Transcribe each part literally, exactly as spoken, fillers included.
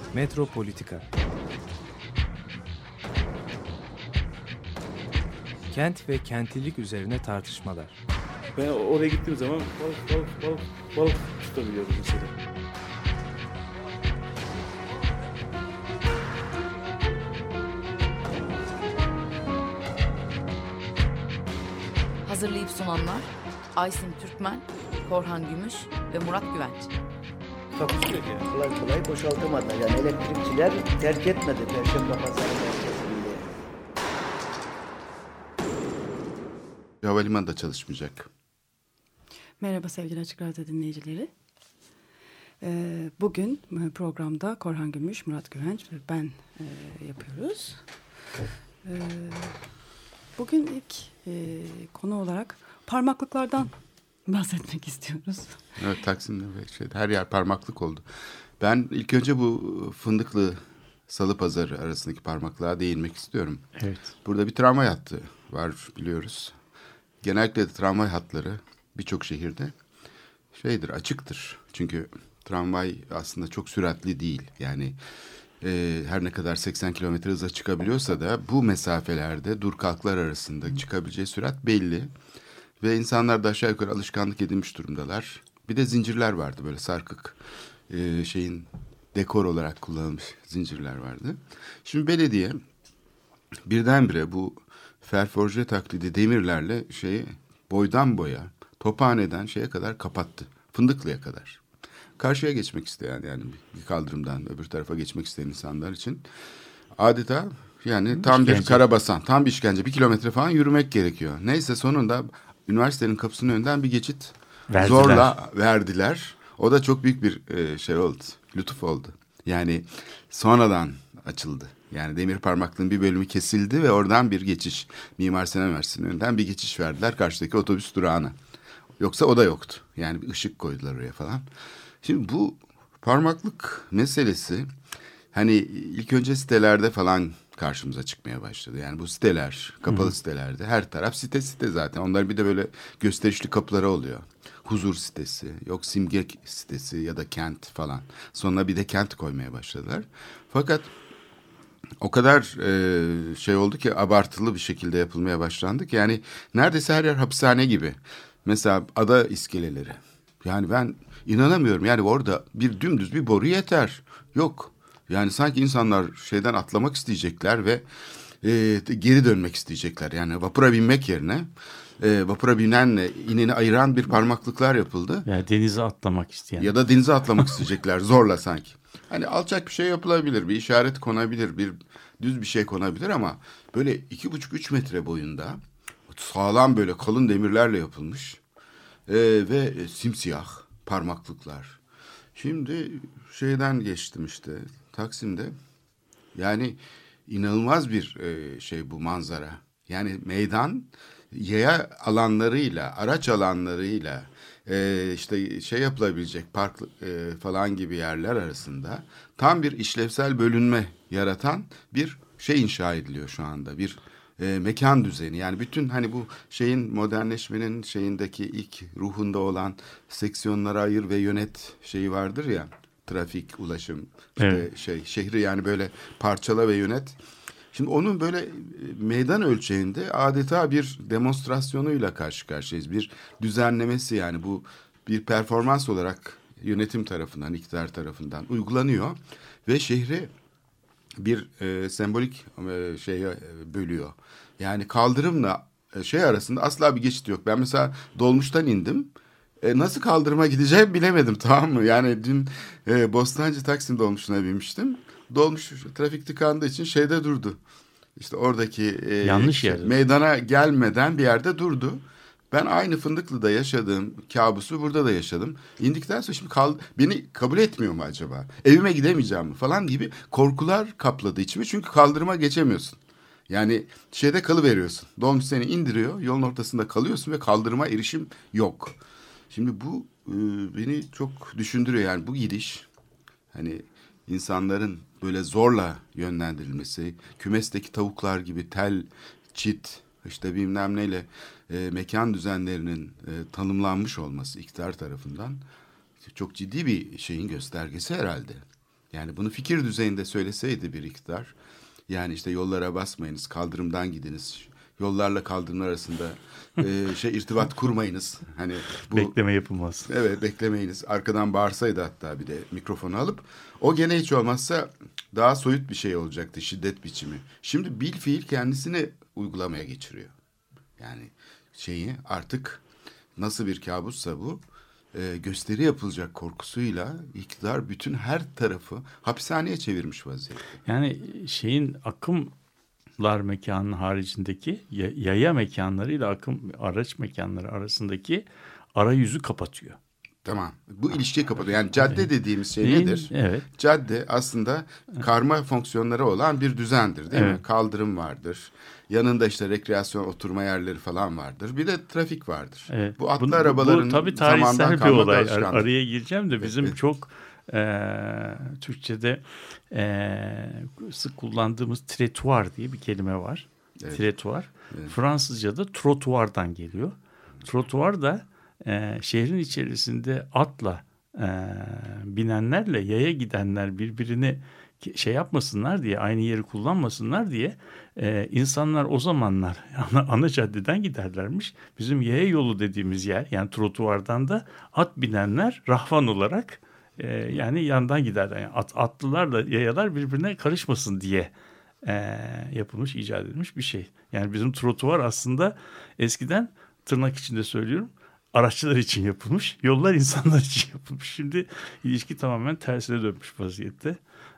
Metropolitika. Kent ve kentlilik üzerine tartışmalar. Ben oraya gittiğim zaman balık balık balık balık tutabiliyordum mesela. Hazırlayıp sunanlar Aysin Türkmen, Korhan Gümüş ve Murat Güvenç. Takusuyor yani. Kolay kolay boşaltamadılar. Yani elektrikçiler terk etmedi Perşembe Pazarı merkezinde. Havalimanı da çalışmayacak. Merhaba sevgili Açık Radyo dinleyicileri. Ee, bugün programda Korhan Gümüş, Murat Güvenç ve ben e, yapıyoruz. Ee, bugün ilk e, konu olarak parmaklıklardan bahsetmek istiyoruz. Evet, Taksim'de ve şey, her yer parmaklık oldu. Ben ilk önce bu Fındıklı Salı Pazarı arasındaki parmaklığa değinmek istiyorum. Evet. Burada bir tramvay hattı var biliyoruz. Genellikle de tramvay hatları birçok şehirde şeydir, açıktır. Çünkü tramvay aslında çok süratli değil. Yani e, her ne kadar seksen kilometre hıza çıkabiliyorsa da bu mesafelerde dur kalklar arasında çıkabileceği sürat belli. Ve insanlar da aşağı yukarı alışkanlık edinmiş durumdalar. Bir de zincirler vardı, böyle sarkık e, şeyin dekor olarak kullanılmış zincirler vardı. Şimdi belediye birdenbire bu ferforje taklidi demirlerle şeyi boydan boya, Tophane'den şeye kadar kapattı. Fındıklı'ya kadar. Karşıya geçmek isteyen, yani bir kaldırımdan öbür tarafa geçmek isteyen insanlar için adeta yani tam İşkence. bir karabasan, tam bir işkence. Bir kilometre falan yürümek gerekiyor. Neyse sonunda üniversitenin kapısının önünden bir geçit Verdiler. zorla verdiler. O da çok büyük bir e, şey oldu, lütuf oldu. Yani sonradan açıldı. Yani demir parmaklığın bir bölümü kesildi ve oradan bir geçiş. Mimar Sinan Üniversitesi'nin önünden bir geçiş verdiler karşıdaki otobüs durağına. Yoksa o da yoktu. Yani bir ışık koydular oraya falan. Şimdi bu parmaklık meselesi hani ilk önce sitelerde falan karşımıza çıkmaya başladı. Yani bu siteler, kapalı Hı-hı. sitelerde her taraf site site zaten. Onların bir de böyle gösterişli kapıları oluyor. Huzur sitesi, yok simge sitesi ya da kent falan. Sonra bir de kent koymaya başladılar. Fakat o kadar e, şey oldu ki abartılı bir şekilde yapılmaya başlandı ki yani neredeyse her yer hapishane gibi. Mesela ada iskeleleri. Yani ben inanamıyorum. Yani orada bir dümdüz bir boru yeter. Yok. Yani sanki insanlar şeyden atlamak isteyecekler ve e, geri dönmek isteyecekler. Yani vapura binmek yerine e, vapura binenle ineni ayıran bir parmaklıklar yapıldı. Yani denize atlamak isteyen. Ya da denize atlamak isteyecekler zorla sanki. Hani alçak bir şey yapılabilir, bir işaret konabilir, bir düz bir şey konabilir ama böyle iki buçuk üç metre boyunda sağlam böyle kalın demirlerle yapılmış e, ve simsiyah parmaklıklar. Şimdi şeyden geçtim işte Taksim'de. Yani inanılmaz bir e, şey bu manzara. Yani meydan yaya alanlarıyla, araç alanlarıyla e, işte şey yapılabilecek park e, falan gibi yerler arasında tam bir işlevsel bölünme yaratan bir şey inşa ediliyor şu anda. Bir e, mekan düzeni. Yani bütün hani bu şeyin modernleşmenin şeyindeki ilk ruhunda olan seksiyonlara ayır ve yönet şeyi vardır ya. Trafik, ulaşım, işte Evet. şey şehri yani böyle parçala ve yönet. Şimdi onun böyle meydan ölçeğinde adeta bir demonstrasyonuyla karşı karşıyayız. Bir düzenlemesi yani bu bir performans olarak yönetim tarafından, iktidar tarafından uygulanıyor. Ve şehri bir e, sembolik e, şeye bölüyor. Yani kaldırımla e, şey arasında asla bir geçit yok. Ben mesela dolmuştan indim. E, nasıl kaldırıma gideceğimi bilemedim, tamam mı? Yani dün e, Bostancı Taksim dolmuşuna binmiştim. Dolmuş trafik tıkandığı için şeyde durdu. İşte oradaki e, Yanlış şey, yerde. meydana gelmeden bir yerde durdu. Ben aynı Fındıklı'da yaşadığım kabusu burada da yaşadım. İndikten sonra şimdi kal, beni kabul etmiyor mu acaba? Evime gidemeyeceğim mi falan gibi korkular kapladı içimi. Çünkü kaldırıma geçemiyorsun. Yani şeyde kalıveriyorsun. Dolmuş seni indiriyor, yolun ortasında kalıyorsun ve kaldırıma erişim yok. Şimdi bu e, beni çok düşündürüyor. Yani bu gidiş hani insanların böyle zorla yönlendirilmesi, kümesteki tavuklar gibi tel, çit, işte bilmem neyle e, mekan düzenlerinin e, tanımlanmış olması iktidar tarafından çok ciddi bir şeyin göstergesi herhalde. Yani bunu fikir düzeyinde söyleseydi bir iktidar, yani işte yollara basmayınız, kaldırımdan gidiniz, yollarla kaldırımlar arasında e, şey irtibat kurmayınız. Hani bu, bekleme yapılmaz. Evet, beklemeyiniz. Arkadan bağırsaydı hatta bir de mikrofonu alıp, o gene hiç olmazsa daha soyut bir şey olacaktı, şiddet biçimi. Şimdi bil fiil kendisini uygulamaya geçiriyor. Yani şeyi artık nasıl bir kabussa bu, e, gösteri yapılacak korkusuyla iktidar bütün her tarafı hapishaneye çevirmiş vaziyette. Yani şeyin akımlar mekanının haricindeki yaya mekanlarıyla akım araç mekanları arasındaki arayüzü kapatıyor. Tamam. Bu ilişkiyi kapatıyor. Yani cadde evet. dediğimiz şey Değil, nedir? Evet. Cadde aslında karma fonksiyonları olan bir düzendir, değil evet. mi? Kaldırım vardır. Yanında işte rekreasyon, oturma yerleri falan vardır. Bir de trafik vardır. Evet. Bu atlı bu, arabaların bu, tabii tarihsel bir olay. Ar- araya gireceğim de bizim evet. çok e, Türkçe'de e, sık kullandığımız tretuar diye bir kelime var. Evet. Tretuar. Evet. Fransızca'da trotuardan geliyor. Trotuar da e, şehrin içerisinde atla e, binenlerle yaya gidenler birbirini şey yapmasınlar diye, aynı yeri kullanmasınlar diye e, insanlar o zamanlar ana, ana caddeden giderlermiş. Bizim yaya yolu dediğimiz yer, yani trotuvardan da at binenler rahvan olarak e, yani yandan giderler. Yani at, atlılarla yayalar birbirine karışmasın diye e, yapılmış, icat edilmiş bir şey. Yani bizim trotuvar aslında eskiden, tırnak içinde söylüyorum, araçlar için yapılmış, yollar insanlar için yapılmış. Şimdi ilişki tamamen tersine dönmüş vaziyette.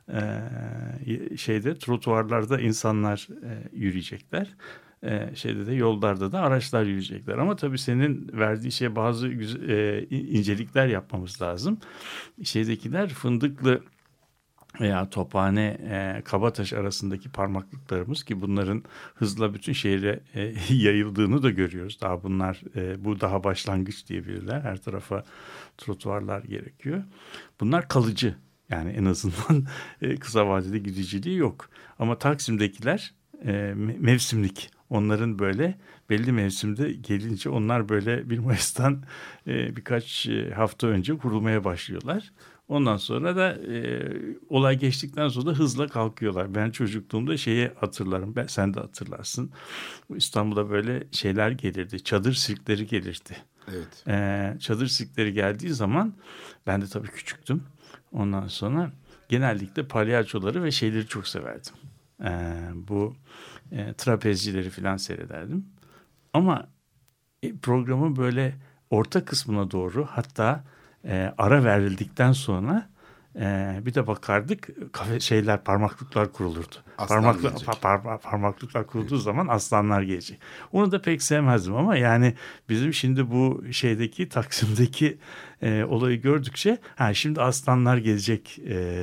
Ee, şeyde trotuvarlarda insanlar e, yürüyecekler. Ee, şeyde de yollarda da araçlar yürüyecekler. Ama tabii senin verdiği şey, bazı güzel, e, incelikler yapmamız lazım. Şeydekiler Fındıklı veya Tophane, e, Kabataş arasındaki parmaklıklarımız, ki bunların hızla bütün şehre e, yayıldığını da görüyoruz. Daha bunlar e, bu daha başlangıç diyebilirler. Her tarafa trotuvarlar gerekiyor. Bunlar kalıcı. Yani en azından e, kısa vadede gidiciliği yok. Ama Taksim'dekiler e, mevsimlik. Onların böyle belli mevsimde gelince onlar böyle bir Mayıs'tan e, birkaç hafta önce kurulmaya başlıyorlar. Ondan sonra da e, olay geçtikten sonra da hızla kalkıyorlar. Ben çocukluğumda şeyi hatırlarım. Ben, sen de hatırlarsın. İstanbul'da böyle şeyler gelirdi. Çadır sirkleri gelirdi. Evet. E, çadır sirkleri geldiği zaman ben de tabii küçüktüm. Ondan sonra genellikle palyaçoları ve şeyleri çok severdim. Ee, bu e, trapezcileri falan seyrederdim. Ama e, programın böyle orta kısmına doğru, hatta e, ara verildikten sonra e, bir de bakardık, kafe şeyler, parmaklıklar kurulurdu. Parmaklı, par, par, parmaklıklar kurulduğu evet. zaman aslanlar gelecek. Onu da pek sevmezdim ama yani bizim şimdi bu şeydeki, Taksim'deki e, olayı gördükçe, ha şimdi aslanlar gelecek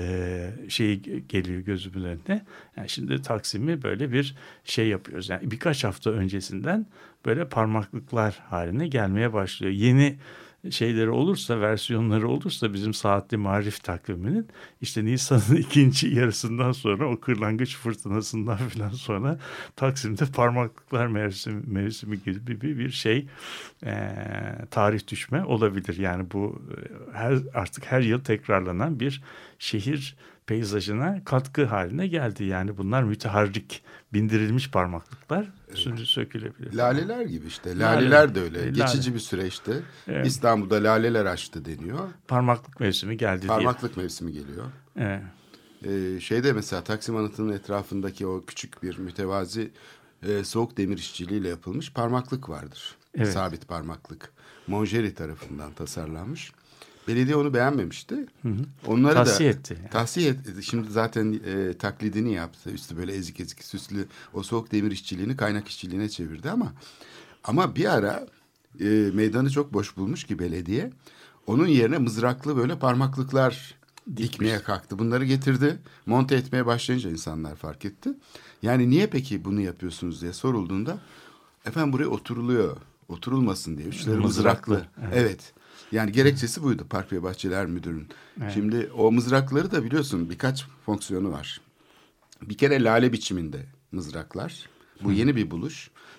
e, şey geliyor gözümün önüne. Yani şimdi Taksim'i böyle bir şey yapıyoruz. Yani birkaç hafta öncesinden böyle parmaklıklar haline gelmeye başlıyor. Yeni şeyleri olursa, versiyonları olursa bizim saatli marif takviminin, işte Nisan'ın ikinci yarısından sonra, o kırlangıç fırtınasından falan sonra Taksim'de parmaklıklar mevsimi, mevsimi gibi bir, bir şey e, tarih düşme olabilir. Yani bu her artık her yıl tekrarlanan bir şehir peyzajına katkı haline geldi. Yani bunlar müteharrik, bindirilmiş parmaklıklar, evet. sökülebilir. Laleler gibi işte. Laleler Lale, de öyle. Lale. Geçici bir süreçte evet. İstanbul'da laleler açtı deniyor. Parmaklık mevsimi geldi diye. Parmaklık mevsimi geliyor. Evet. Ee, şeyde mesela Taksim Anıtı'nın etrafındaki o küçük bir mütevazi e, soğuk demir işçiliğiyle yapılmış parmaklık vardır. Evet. Sabit parmaklık. Monjeri tarafından tasarlanmış. Belediye onu beğenmemişti. Hı hı. Onları tahsiye da etti. Yani. Tahsiye etti. Şimdi zaten e, taklidini yaptı. Üstü böyle ezik ezik süslü, o soğuk demir işçiliğini kaynak işçiliğine çevirdi ama ama bir ara e, meydanı çok boş bulmuş ki belediye, onun yerine mızraklı böyle parmaklıklar Dikmiş. dikmeye kalktı. Bunları getirdi. Monte etmeye başlayınca insanlar fark etti. Yani niye peki bunu yapıyorsunuz diye sorulduğunda, efendim buraya oturuluyor. Oturulmasın diye. Üçleri mızraklı. mızraklı. Evet. evet. Yani gerekçesi buydu Park ve Bahçeler Müdürü'nün. Evet. Şimdi o mızrakları da biliyorsun birkaç fonksiyonu var. Bir kere lale biçiminde mızraklar. Bu Hı. yeni bir buluş.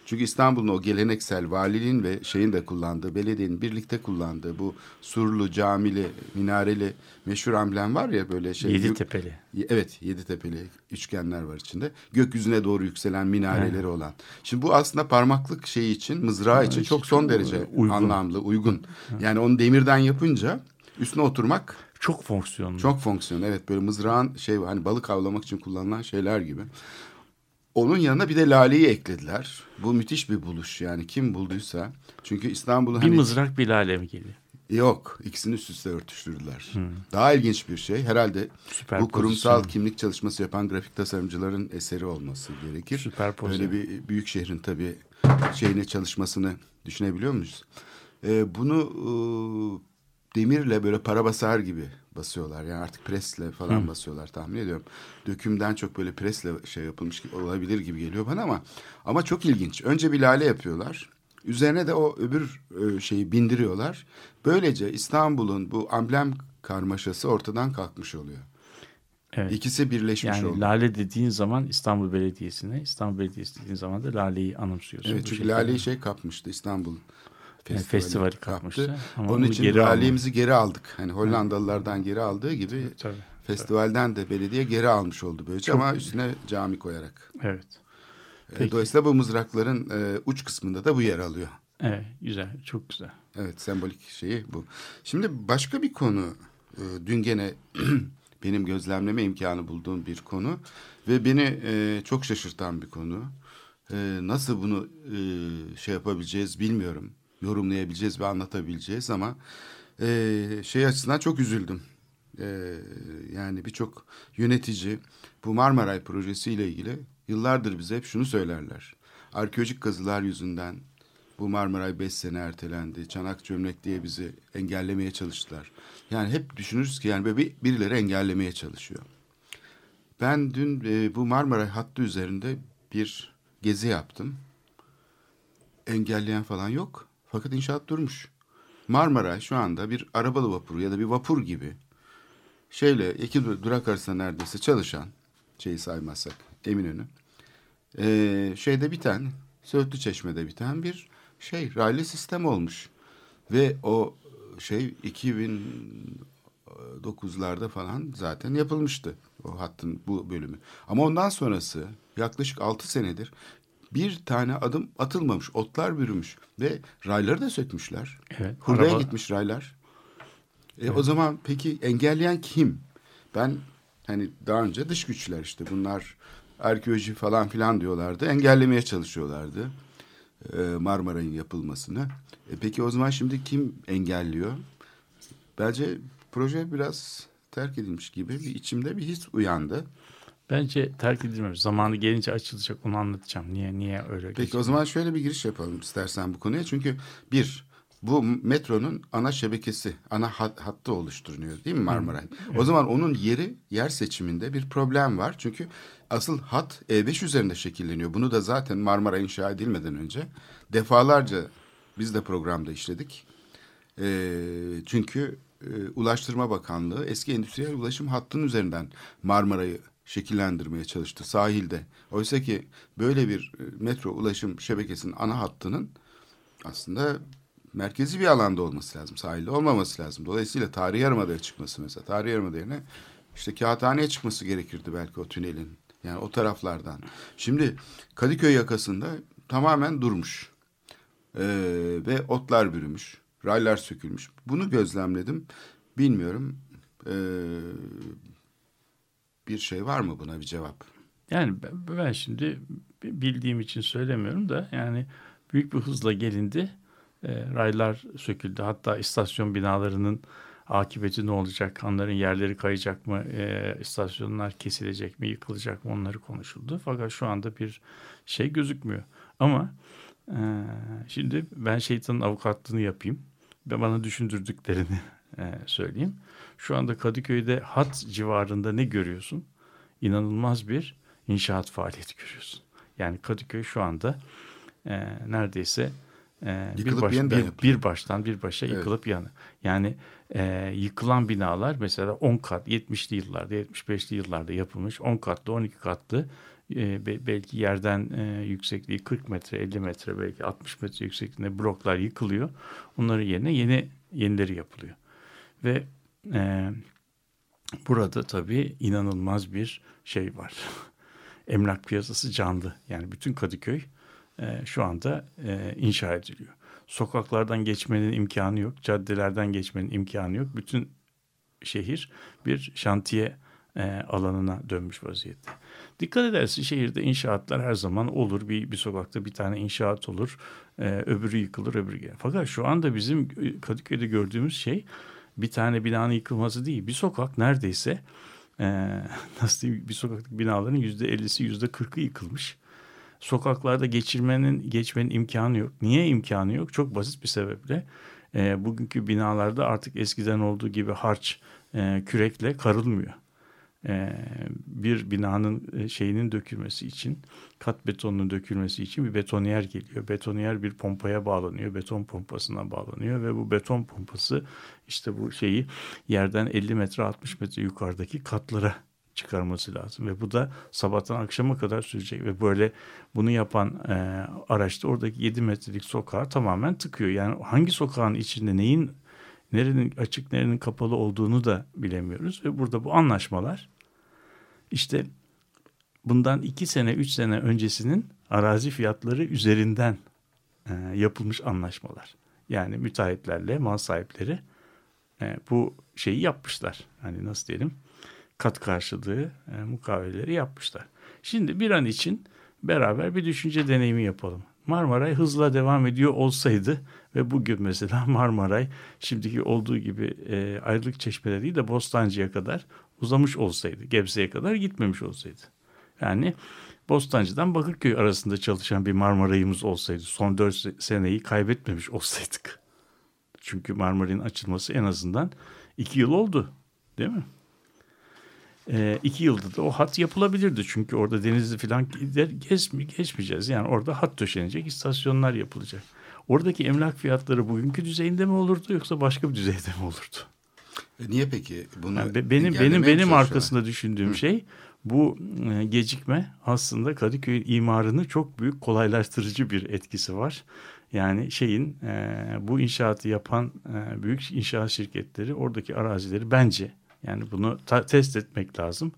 Çünkü İstanbul'un o geleneksel valiliğin ve şeyin de kullandığı, belediyenin birlikte kullandığı bu surlu, camili, minareli meşhur amblem var ya böyle şey. Yedi tepeli. Evet, yedi tepeli üçgenler var içinde. Gökyüzüne doğru yükselen minareleri evet. olan. Şimdi bu aslında parmaklık şeyi için, mızrağı için çok son derece uygun. anlamlı, uygun. Yani onu demirden yapınca üstüne oturmak çok fonksiyonlu. Çok fonksiyonlu. Evet, böyle mızrağın şey hani balık avlamak için kullanılan şeyler gibi. Onun yanına bir de laleyi eklediler. Bu müthiş bir buluş yani kim bulduysa. Çünkü İstanbul'un bir hani... mızrak bir lale mi geliyor? Yok, ikisini üst üste örtüştürdüler. Hmm. Daha ilginç bir şey. Herhalde Süper bu kurumsal pozisyon. Kimlik çalışması yapan grafik tasarımcıların eseri olması gerekir. Süper pozisyon. Böyle bir büyük şehrin tabii şeyine çalışmasını düşünebiliyor muyuz? Ee, bunu e, demirle böyle para basar gibi basıyorlar. Yani artık presle falan hmm. basıyorlar tahmin ediyorum. Dökümden çok böyle presle şey yapılmış gibi olabilir gibi geliyor bana ama ama çok ilginç. Önce bir lale yapıyorlar. Üzerine de o öbür şeyi bindiriyorlar. Böylece İstanbul'un bu amblem karmaşası ortadan kalkmış oluyor. Evet. İkisi birleşmiş yani oldu. Lale dediğin zaman İstanbul Belediyesi'ne, İstanbul Belediyesi dediğin zaman da Lale'yi anımsıyorsun. Evet, çünkü Lale'yi şey kapmıştı, İstanbul Festivali, yani festivali kapmıştı. Ama onun için Lale'mizi geri aldık. Hani Hollandalılardan geri aldığı gibi tabii, festivalden tabii. de belediye geri almış oldu böylece çok ama üstüne cami koyarak. Evet. Peki. Dolayısıyla bu mızrakların e, uç kısmında da bu yer alıyor. Evet, güzel, çok güzel. Evet, sembolik şeyi bu. Şimdi başka bir konu, e, dün gene benim gözlemleme imkanı bulduğum bir konu ve beni e, çok şaşırtan bir konu. E, nasıl bunu e, şey yapabileceğiz bilmiyorum, yorumlayabileceğiz ve anlatabileceğiz ama e, şey açısından çok üzüldüm. E, yani birçok yönetici bu Marmaray projesiyle ilgili yıllardır bize hep şunu söylerler. Arkeolojik kazılar yüzünden bu Marmaray beş sene ertelendi. Çanak çömlek diye bizi engellemeye çalıştılar. Yani hep düşünürüz ki yani böyle birileri engellemeye çalışıyor. Ben dün e, bu Marmaray hattı üzerinde bir gezi yaptım. Engelleyen falan yok. Fakat inşaat durmuş. Marmaray şu anda bir arabalı vapur ya da bir vapur gibi şeyle iki durak arasında neredeyse çalışan, şeyi saymazsak Eminönü, Ee, şeyde biten, Söğütlü Çeşme'de biten bir şey, raylı sistem olmuş. Ve o şey iki bin dokuzlarda falan zaten yapılmıştı o hattın bu bölümü. Ama ondan sonrası yaklaşık altı senedir bir tane adım atılmamış, otlar bürümüş ve rayları da sökmüşler. Evet, hurdaya araba... gitmiş raylar. E, evet. O zaman peki engelleyen kim? Ben hani daha önce dış güçler işte bunlar arkeoloji falan filan diyorlardı. Engellemeye çalışıyorlardı e, Marmaray'ın yapılmasını. E, peki o zaman şimdi kim engelliyor? Bence proje biraz terk edilmiş gibi bir içimde bir his uyandı. Bence terk edilmemiş. Zamanı gelince açılacak, onu anlatacağım. Niye niye öyle Peki geçiyor? O zaman şöyle bir giriş yapalım istersen bu konuya. Çünkü bir, bu metronun ana şebekesi, ana hat, hattı oluşturuyor değil mi Marmaray? Evet. O zaman onun yeri, yer seçiminde bir problem var. Çünkü asıl hat E beş üzerinde şekilleniyor. Bunu da zaten Marmara inşa edilmeden önce defalarca biz de programda işledik. E, çünkü e, Ulaştırma Bakanlığı eski endüstriyel ulaşım hattının üzerinden Marmara'yı şekillendirmeye çalıştı sahilde. Oysa ki böyle bir metro ulaşım şebekesinin ana hattının aslında merkezi bir alanda olması lazım. Sahilde olmaması lazım. Dolayısıyla Tarihi Yarımada'ya çıkması mesela. Tarihi Yarımada yerine işte Kağıthane'ye çıkması gerekirdi belki o tünelin. Yani o taraflardan. Şimdi Kadıköy yakasında tamamen durmuş. Ee, ve otlar bürümüş. Raylar sökülmüş. Bunu gözlemledim. Bilmiyorum. Ee, bir şey var mı buna bir cevap? Yani ben, ben şimdi bildiğim için söylemiyorum da yani büyük bir hızla gelindi. E, raylar söküldü. Hatta istasyon binalarının akıbeti ne olacak? Onların yerleri kayacak mı? E, istasyonlar kesilecek mi? Yıkılacak mı? Onları konuşuldu. Fakat şu anda bir şey gözükmüyor. Ama e, şimdi ben şeytanın avukatlığını yapayım ve bana düşündürdüklerini e, söyleyeyim. Şu anda Kadıköy'de hat civarında ne görüyorsun? İnanılmaz bir inşaat faaliyeti görüyorsun. Yani Kadıköy şu anda e, neredeyse e, bir, baş, bir, bir baştan bir başa evet. yıkılıp yanı. Yani e, yıkılan binalar mesela on kat yetmişli yıllarda, yetmiş beşli yıllarda yapılmış on katlı, on iki katlı e, be, belki yerden e, yüksekliği kırk metre, elli metre, belki altmış metre yüksekliğinde bloklar yıkılıyor. Onların yerine yeni yenileri yapılıyor. Ve e, burada tabii inanılmaz bir şey var. Emlak piyasası canlı. Yani bütün Kadıköy e, şu anda e, inşa ediliyor. Sokaklardan geçmenin imkanı yok. Caddelerden geçmenin imkanı yok. Bütün şehir bir şantiye e, alanına dönmüş vaziyette. Dikkat edersin şehirde inşaatlar her zaman olur. Bir, bir sokakta bir tane inşaat olur. E, öbürü yıkılır, öbürü gelir. Fakat şu anda bizim Kadıköy'de gördüğümüz şey bir tane binanın yıkılması değil. Bir sokak neredeyse e, nasıl diyeyim, bir sokaktaki binaların yüzde ellisi, yüzde kırkı yıkılmış. Sokaklarda geçirmenin, geçmenin imkanı yok. Niye imkanı yok? Çok basit bir sebeple. E, bugünkü binalarda artık eskiden olduğu gibi harç, e, kürekle karılmıyor. E, bir binanın şeyinin dökülmesi için, kat betonunun dökülmesi için bir betoniyer geliyor. Betoniyer bir pompaya bağlanıyor, beton pompasına bağlanıyor ve bu beton pompası işte bu şeyi yerden elli metre, altmış metre yukarıdaki katlara çıkarması lazım ve bu da sabahtan akşama kadar sürecek ve böyle bunu yapan e, araçta oradaki yedi metrelik sokağı tamamen tıkıyor. Yani hangi sokağın içinde neyin, nerenin açık, nerenin kapalı olduğunu da bilemiyoruz ve burada bu anlaşmalar işte bundan iki sene, üç sene öncesinin arazi fiyatları üzerinden e, yapılmış anlaşmalar. Yani müteahhitlerle mal sahipleri e, bu şeyi yapmışlar. Hani nasıl diyelim? Kat karşılığı e, mukaveleleri yapmışlar. Şimdi bir an için beraber bir düşünce deneyimi yapalım. Marmaray hızla devam ediyor olsaydı ve bugün mesela Marmaray şimdiki olduğu gibi e, Ayrılık Çeşmeleri değil de Bostancı'ya kadar uzamış olsaydı, Gebze'ye kadar gitmemiş olsaydı. Yani Bostancı'dan Bakırköy arasında çalışan bir Marmaray'ımız olsaydı, son dört seneyi kaybetmemiş olsaydık. Çünkü Marmaray'ın açılması en azından iki yıl oldu, değil mi? E, iki yılda da o hat yapılabilirdi. Çünkü orada Denizli falan gezme, geçmeyeceğiz. Yani orada hat döşenecek, istasyonlar yapılacak. Oradaki emlak fiyatları bugünkü düzeyinde mi olurdu yoksa başka bir düzeyde mi olurdu? E niye peki? Bunu yani benim benim benim arkasında düşündüğüm Hı. şey bu e, gecikme aslında Kadıköy imarını çok büyük kolaylaştırıcı bir etkisi var. Yani şeyin e, bu inşaatı yapan e, büyük inşaat şirketleri oradaki arazileri bence yani bunu ta- test etmek lazım.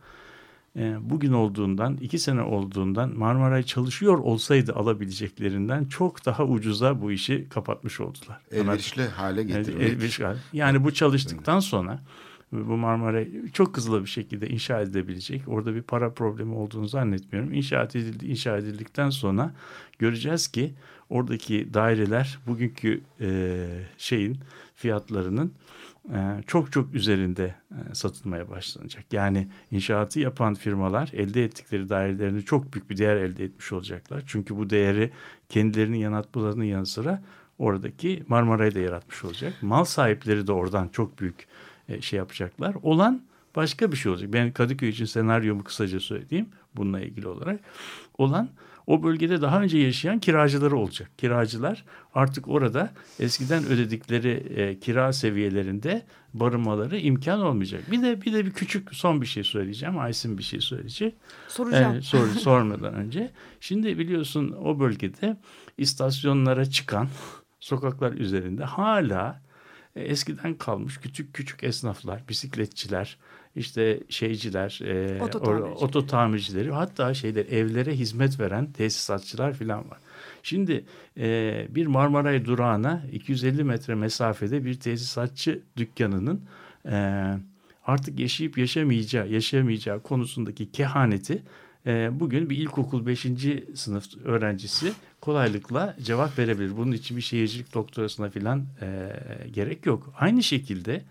E, bugün olduğundan, iki sene olduğundan Marmaray çalışıyor olsaydı alabileceklerinden çok daha ucuza bu işi kapatmış oldular. Elverişli hale getirmek. Elverişli hale. Yani bu çalıştıktan sonra bu Marmaray çok hızlı bir şekilde inşa edilebilecek. Orada bir para problemi olduğunu zannetmiyorum. İnşaat edildi, inşa edildikten sonra göreceğiz ki oradaki daireler bugünkü e, şeyin fiyatlarının e, çok çok üzerinde e, satılmaya başlanacak. Yani inşaatı yapan firmalar elde ettikleri dairelerini çok büyük bir değer elde etmiş olacaklar. Çünkü bu değeri kendilerinin yaratmalarının yanı sıra oradaki Marmaray'da yaratmış olacak. Mal sahipleri de oradan çok büyük e, şey yapacaklar. Olan başka bir şey olacak. Ben Kadıköy için senaryomu kısaca söyleyeyim bununla ilgili olarak. Olan o bölgede daha önce yaşayan kiracıları olacak. Kiracılar artık orada eskiden ödedikleri e, kira seviyelerinde barınmaları imkan olmayacak. Bir de bir de bir küçük son bir şey söyleyeceğim. Aysin bir şey söyleyecek. Soracağım. Ee, sor, sormadan önce. Şimdi biliyorsun o bölgede istasyonlara çıkan sokaklar üzerinde hala e, eskiden kalmış küçük küçük esnaflar, bisikletçiler, işte şeyciler, e, oto, or, tamirci. oto tamircileri, hatta şeyler evlere hizmet veren tesisatçılar falan var. Şimdi e, bir Marmaray durağına iki yüz elli metre mesafede bir tesisatçı dükkanının e, artık yaşayıp yaşamayacağı, yaşamayacağı konusundaki kehaneti e, bugün bir ilkokul beşinci sınıf öğrencisi kolaylıkla cevap verebilir. Bunun için bir şehircilik doktorasına falan e, gerek yok. Aynı şekilde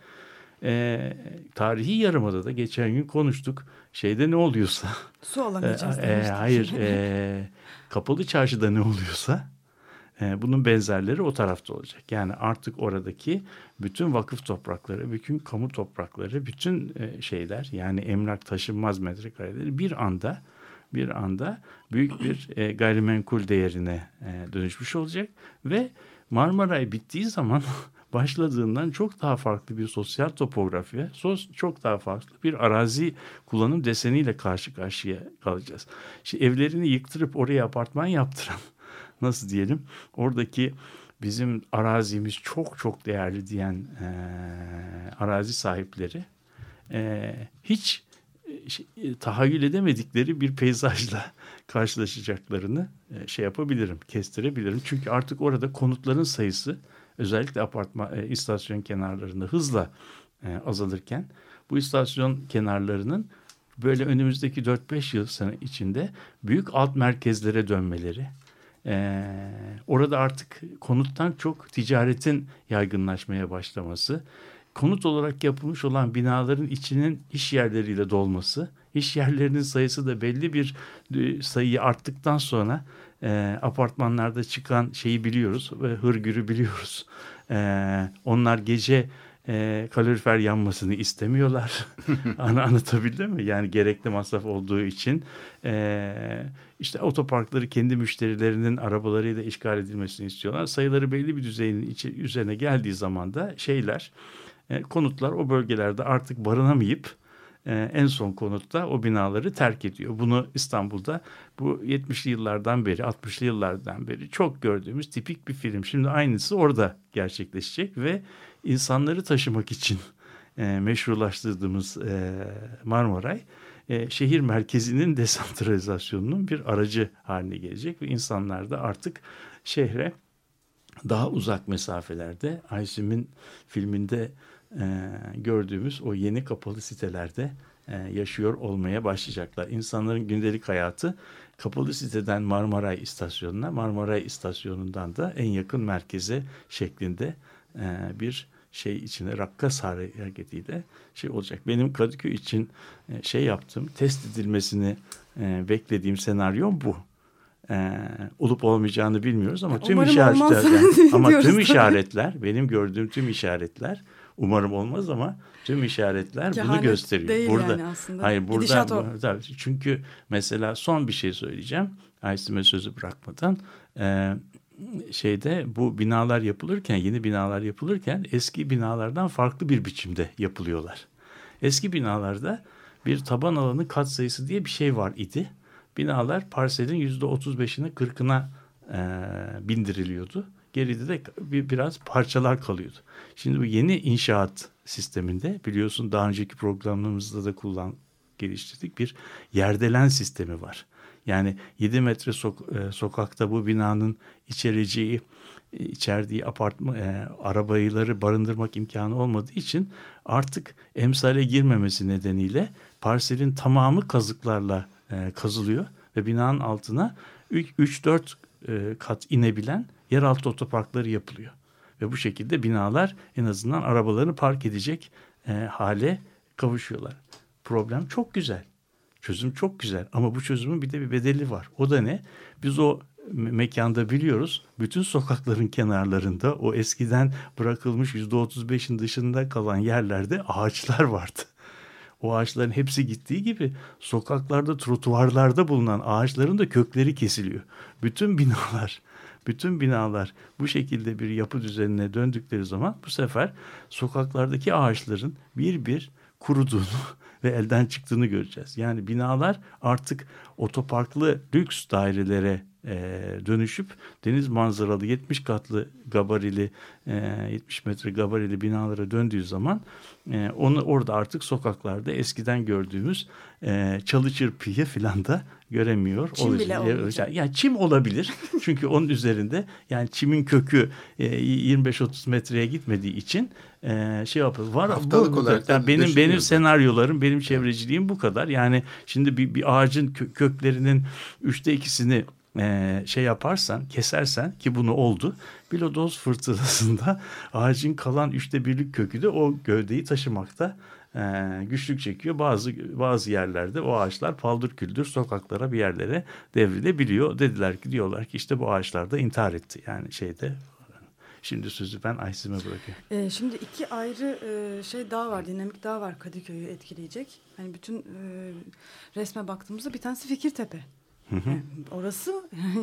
e, tarihi Yarımada'da geçen gün konuştuk. Şeyde ne oluyorsa. Su alamayacağız e, demiştik. E, hayır. E, kapalı çarşıda ne oluyorsa e, bunun benzerleri o tarafta olacak. Yani artık oradaki bütün vakıf toprakları, bütün kamu toprakları, bütün e, şeyler yani emlak taşınmaz metrekareleri bir anda bir anda büyük bir e, gayrimenkul değerine e, dönüşmüş olacak ve Marmaray bittiği zaman başladığından çok daha farklı bir sosyal topografya, çok daha farklı bir arazi kullanım deseniyle karşı karşıya kalacağız. İşte evlerini yıktırıp oraya apartman yaptıran, nasıl diyelim, oradaki bizim arazimiz çok çok değerli diyen e, arazi sahipleri e, hiç e, tahayyül edemedikleri bir peyzajla karşılaşacaklarını e, şey yapabilirim, kestirebilirim. Çünkü artık orada konutların sayısı özellikle apartman e, istasyon kenarlarında hızla e, azalırken bu istasyon kenarlarının böyle önümüzdeki dört beş yıl sene içinde büyük alt merkezlere dönmeleri, Ee, orada artık konuttan çok ticaretin yaygınlaşmaya başlaması, konut olarak yapılmış olan binaların içinin iş yerleriyle dolması, iş yerlerinin sayısı da belli bir sayıyı arttıktan sonra e, apartmanlarda çıkan şeyi biliyoruz ve hırgürü biliyoruz. E, onlar gece e, kalorifer yanmasını istemiyorlar. Anlatabildim mi? Yani gerekli masraf olduğu için e, işte otoparkları kendi müşterilerinin arabalarıyla işgal edilmesini istiyorlar. Sayıları belli bir düzeyin içi, üzerine geldiği zaman da şeyler, e, konutlar o bölgelerde artık barınamayıp e, en son konutta o binaları terk ediyor. Bunu İstanbul'da bu yetmişli yıllardan beri, altmışlı yıllardan beri çok gördüğümüz tipik bir film. Şimdi aynısı orada gerçekleşecek ve insanları taşımak için e, meşrulaştırdığımız e, Marmaray e, şehir merkezinin desantralizasyonunun bir aracı haline gelecek ve insanlar da artık şehre daha uzak mesafelerde, Aysim'in filminde e, gördüğümüz o yeni kapalı sitelerde e, yaşıyor olmaya başlayacaklar. İnsanların gündelik hayatı kapalı siteden Marmaray istasyonuna, Marmaray istasyonundan da en yakın merkeze şeklinde e, bir şey içine, rakkas hareketiyle şey olacak. Benim Kadıköy için e, şey yaptım, test edilmesini e, beklediğim senaryom bu. Ee, olup olmayacağını bilmiyoruz ama tüm işaretler ama tüm işaretler benim gördüğüm tüm işaretler umarım olmaz ama tüm işaretler Kehanet bunu gösteriyor. Burada yani aslında. hayır burada çünkü mesela son bir şey söyleyeceğim. Aysim'e sözü bırakmadan e, şeyde bu binalar yapılırken, yeni binalar yapılırken eski binalardan farklı bir biçimde yapılıyorlar. Eski binalarda bir taban alanı katsayısı diye bir şey var idi. Binalar parselin yüzde otuz beşine kırkına e, bindiriliyordu. Geride de bir, biraz parçalar kalıyordu. Şimdi bu yeni inşaat sisteminde biliyorsun daha önceki programımızda da kullan geliştirdik bir yerdelen sistemi var. Yani yedi metre sok- e, sokakta bu binanın içereceği, içerdiği apartman, e, arabayları barındırmak imkanı olmadığı için artık emsale girmemesi nedeniyle parselin tamamı kazıklarla e, kazılıyor ve binanın altına üç dört e, kat inebilen yeraltı otoparkları yapılıyor. Ve bu şekilde binalar en azından arabalarını park edecek e, hale kavuşuyorlar. Problem çok güzel. Çözüm çok güzel ama bu çözümün bir de bir bedeli var. O da ne? Biz o me- mekanda biliyoruz. Bütün sokakların kenarlarında o eskiden bırakılmış yüzde otuz beşin dışında kalan yerlerde ağaçlar vardı. O ağaçların hepsi gittiği gibi sokaklarda, trotuarlarda bulunan ağaçların da kökleri kesiliyor. Bütün binalar, bütün binalar bu şekilde bir yapı düzenine döndükleri zaman bu sefer sokaklardaki ağaçların bir bir kuruduğunu ve elden çıktığını göreceğiz. Yani binalar artık otoparklı lüks dairelere e, dönüşüp deniz manzaralı yetmiş katlı gabarili e, yetmiş metre gabarili binalara döndüğü zaman e, onu orada artık sokaklarda eskiden gördüğümüz e, çalı çırpıyı filan da göremiyor. Çim bile olmayacak. Yani çim olabilir. Çünkü onun üzerinde yani çimin kökü e, yirmi beş otuz metreye gitmediği için e, şey yapıyor. Var haftalık bu, olarak yani benim benim senaryolarım, benim çevreciliğim bu kadar. Yani şimdi bir, bir ağacın kö- köklerinin üçte ikisini e, şey yaparsan, kesersen ki bunu oldu. Bilodoz fırtınasında ağacın kalan üçte birlik kökü de o gövdeyi taşımakta Ee, güçlük çekiyor. Bazı bazı yerlerde o ağaçlar paldır küldür sokaklara bir yerlere devrilebiliyor. Dediler ki diyorlar ki işte bu ağaçlar da intihar etti. Yani şeyde şimdi sözü ben Aysim'e bırakıyorum. Ee, şimdi iki ayrı e, şey daha var, dinamik daha var Kadıköy'ü etkileyecek. Hani bütün e, resme baktığımızda bir tanesi Fikirtepe. Yani orası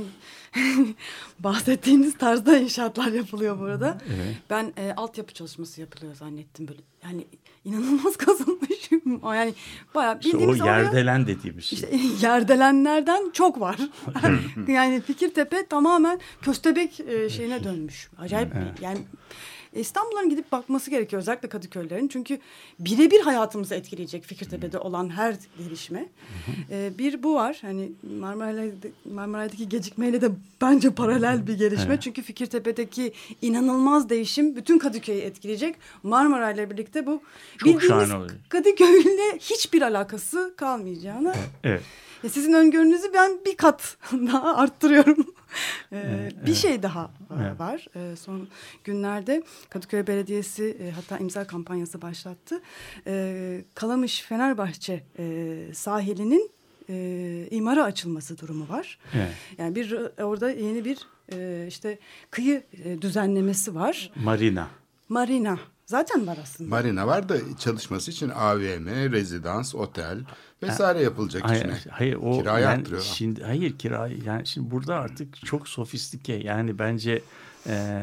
bahsettiğiniz tarzda inşaatlar yapılıyor burada. Evet. Ben e, altyapı çalışması yapılıyor zannettim böyle. Yani inanılmaz kazılmış. Yani bayağı bildiğimiz işte o yerdelen oraya, dediğimiz şey. İşte, yerdelenlerden çok var. Yani Fikirtepe tamamen köstebek e, şeyine dönmüş. Acayip evet. Yani İstanbul'un gidip bakması gerekiyor özellikle Kadıköy'lerin. Çünkü birebir hayatımızı etkileyecek Fikirtepe'de olan her gelişme. Ee, bir bu var. Hani Marmaray'daki, Marmaray'daki gecikmeyle de bence paralel bir gelişme. Evet. Çünkü Fikirtepe'deki inanılmaz değişim bütün Kadıköy'ü etkileyecek. Marmaray'la birlikte bu çok bildiğimiz Kadıköy'le hiçbir alakası kalmayacağını. Evet. Sizin öngörünüzü ben bir kat daha arttırıyorum. ee, evet, bir evet. şey daha evet. var. Ee, son günlerde Kadıköy Belediyesi e, hatta imza kampanyası başlattı. Ee, Kalamış-Fenerbahçe e, sahilinin e, imara açılması durumu var. Evet. Yani bir orada yeni bir e, işte kıyı e, düzenlemesi var. Marina. Marina. Zaten var aslında. Marina var da çalışması için A V M, rezidans, otel vesaire yapılacak hayır, içine. Hayır, o kirayı yani arttırıyor. Şimdi hayır kira yani şimdi burada artık çok sofistike. Yani bence e,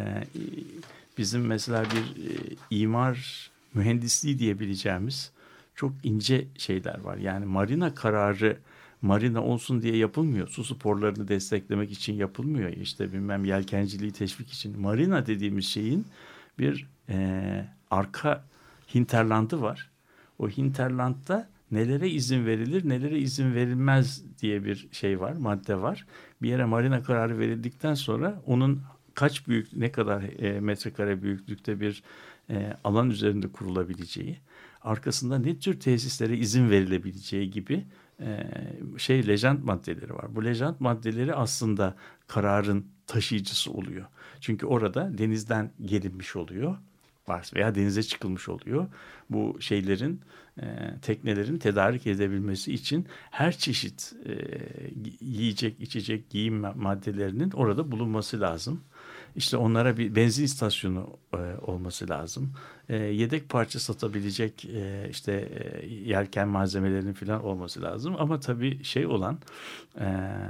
bizim mesela bir e, imar mühendisliği diyebileceğimiz çok ince şeyler var. Yani marina kararı marina olsun diye yapılmıyor. Su sporlarını desteklemek için yapılmıyor. İşte bilmem yelkenciliği teşvik için. Marina dediğimiz şeyin bir e, arka hinterlandı var. O hinterlandda nelere izin verilir, nelere izin verilmez diye bir şey var, madde var. Bir yere marina kararı verildikten sonra onun kaç büyük, ne kadar e, metrekare büyüklükte bir e, alan üzerinde kurulabileceği, arkasında ne tür tesislere izin verilebileceği gibi e, şey lejant maddeleri var. Bu lejant maddeleri aslında kararın taşıyıcısı oluyor. Çünkü orada denizden gelinmiş oluyor veya denize çıkılmış oluyor. Bu şeylerin, e, teknelerin tedarik edebilmesi için her çeşit e, yiyecek, içecek, giyim maddelerinin orada bulunması lazım. İşte onlara bir benzin istasyonu e, olması lazım. E, yedek parça satabilecek e, işte e, yelken malzemelerinin falan olması lazım. Ama tabii şey olan e,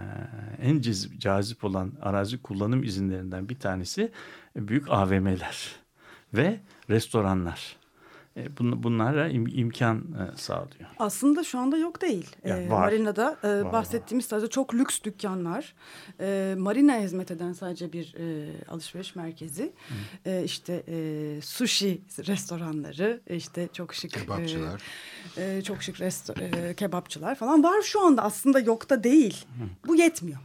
en cazip, cazip olan arazi kullanım izinlerinden bir tanesi e, büyük A V M'ler ve restoranlar. Bun, bunlara im, imkan e, sağlıyor. Aslında şu anda yok değil. Yani e, var. Marina'da e, var, bahsettiğimiz tarzda çok lüks dükkanlar. E, Marina'ya hizmet eden sadece bir e, alışveriş merkezi. E, işte e, sushi restoranları, işte çok şık kebapçılar, e, e, çok şık resto, e, kebapçılar falan var şu anda. Aslında yok da değil. Hı. Bu yetmiyor.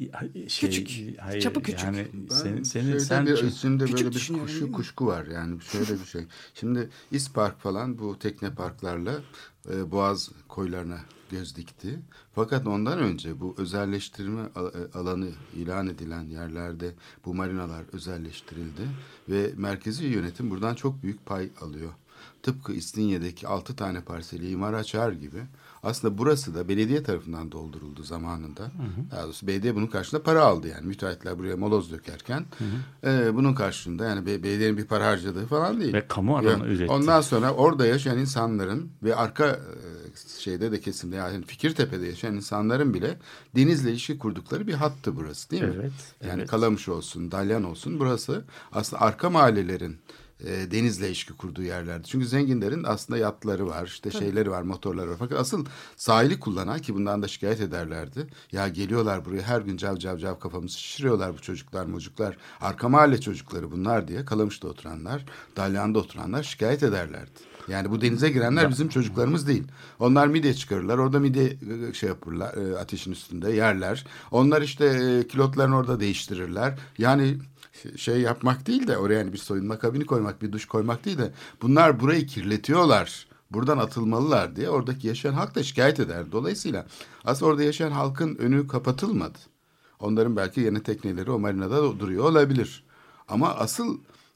Şey, küçük, hayır, çapı küçük. Yani senin, senin şöyle sen bir içimde böyle bir düşünüyorum, kuşu kuşku var yani şöyle bir şey. Şimdi İspark falan bu tekne parklarla e, Boğaz koylarına göz dikti. Fakat ondan önce bu özelleştirme alanı ilan edilen yerlerde bu marinalar özelleştirildi ve merkezi yönetim buradan çok büyük pay alıyor. Tıpkı İstinye'deki altı tane parseli imar açar gibi. Aslında burası da belediye tarafından dolduruldu zamanında. Hı hı. Daha doğrusu belediye bunun karşılığında para aldı yani. Müteahhitler buraya moloz dökerken hı hı. E, bunun karşılığında yani belediyenin bir para harcadığı falan değil. Ve kamu alanı yani, üretti. Ondan sonra orada yaşayan insanların ve arka e, şeyde de kesimde yani Fikirtepe'de yaşayan insanların bile denizle ilişki kurdukları bir hattı burası değil mi? Evet. Yani evet. Kalamış olsun, Dalyan olsun burası aslında arka mahallelerin E, denizle ilişki kurduğu yerlerdi. Çünkü zenginlerin aslında yatları var, işte Tabii. şeyleri var, motorları var. Fakat asıl sahili kullanan ki bundan da şikayet ederlerdi. Ya geliyorlar buraya her gün cav cav cav kafamızı şişiriyorlar bu çocuklar, mocuklar. Arka mahalle çocukları bunlar diye Kalamış'ta oturanlar, Dalyan'da oturanlar şikayet ederlerdi. Yani bu denize girenler ya. Bizim çocuklarımız değil. Onlar midye çıkarırlar. Orada midye şey yapırlar, ateşin üstünde yerler. Onlar işte kilotlarını orada değiştirirler. Yani şey yapmak değil de oraya yani bir soyunma kabini koymak, bir duş koymak değil de bunlar burayı kirletiyorlar. Buradan atılmalılar diye oradaki yaşayan halk da şikayet eder. Dolayısıyla aslında orada yaşayan halkın önü kapatılmadı. Onların belki yeni tekneleri o marinada duruyor olabilir. Ama asıl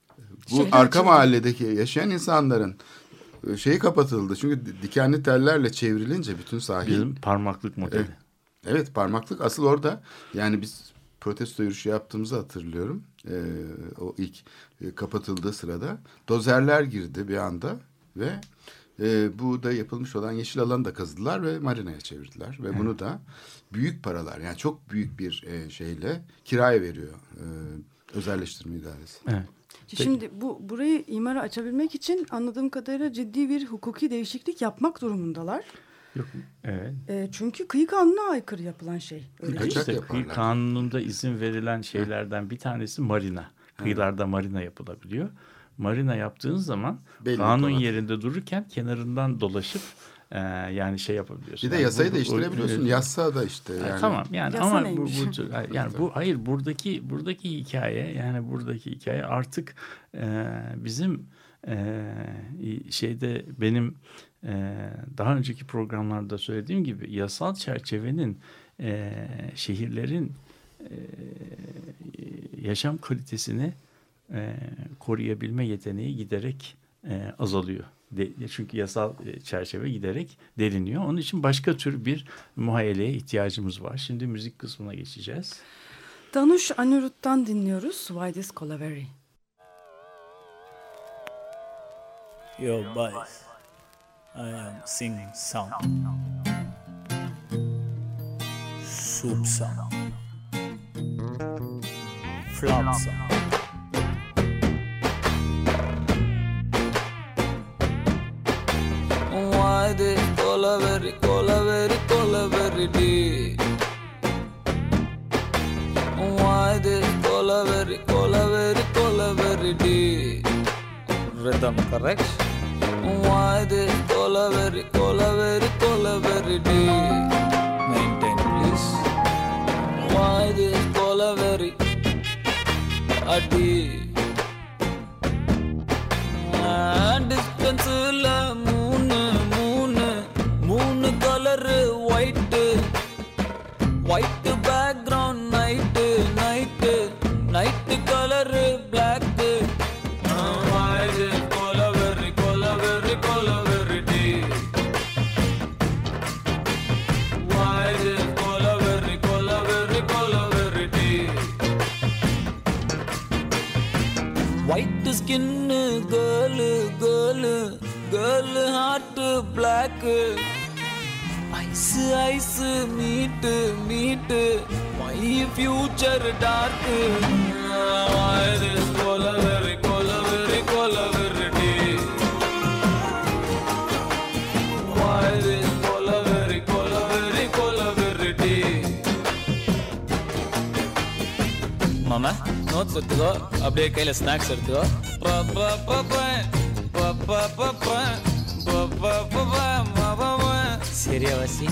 bu Şeyler arka açıldı. Mahalledeki yaşayan insanların şeyi kapatıldı. Çünkü dikenli tellerle çevrilince bütün sahil. Bizim parmaklık modeli. Evet, evet parmaklık asıl orada. Yani biz protesto yürüyüşü yaptığımızı hatırlıyorum. Ee, o ilk e, kapatıldığı sırada dozerler girdi bir anda ve e, bu da yapılmış olan yeşil alanı da kazıdılar ve marinaya çevirdiler. Ve evet. bunu da büyük paralar, yani çok büyük bir e, şeyle kiraya veriyor e, özelleştirme idaresi. Evet. Şimdi bu burayı imara açabilmek için anladığım kadarıyla ciddi bir hukuki değişiklik yapmak durumundalar. Yok, evet. E, çünkü kıyı kanununa aykırı yapılan şey. Öyle Kaçak işte, yaparlar. Kıyı kanununda izin verilen şeylerden bir tanesi marina. Kıyılarda marina yapılabiliyor. Marina yaptığınız zaman belli kanun yerinde dururken kenarından dolaşıp e, yani şey yapabiliyorsun. Bir de yani yasayı bu, değiştirebiliyorsun. Bu, Yasa da işte. Yani. Tamam yani Yasa ama neymiş? bu, bu yani bu hayır buradaki buradaki hikaye yani buradaki hikaye artık e, bizim e, şeyde benim e, daha önceki programlarda söylediğim gibi yasal çerçevenin e, şehirlerin e, yaşam kalitesini e, koruyabilme yeteneği giderek e, azalıyor. De, çünkü yasal e, çerçeve giderek deliniyor. Onun için başka tür bir muhayyeleye ihtiyacımız var. Şimdi müzik kısmına geçeceğiz. Danush Anirudh'tan dinliyoruz. Why This Colaveri. Yo boys, I am singing song, soup song, flop song. Why this colaveri, colaveri, colaveri day? Why this colaveri, colaveri, colaveri day? Rhythm correct? Why this colaveri, colaveri, colaveri day? Maintain please. Why this colaveri a day? Distance la moon, moon, moon color white, white background night, night, night color black. Why this colaveri, colaveri, colaveri day? Why this colaveri, colaveri, colaveri day? White skin girl, girl, girl heart black. Ice, ice, meet, meet, my future dark. Why this colaveri, colaveri, colaveri day? Why this colaveri, colaveri, colaveri day? Mama, notes எடுத்துக்கோ, அப்படியே கையில ஸ்நாக்ஸ் எடுத்துக்கோ. பா பா பா பா பா பா பா பா பா பா பா பா பா. சரியா வாசி?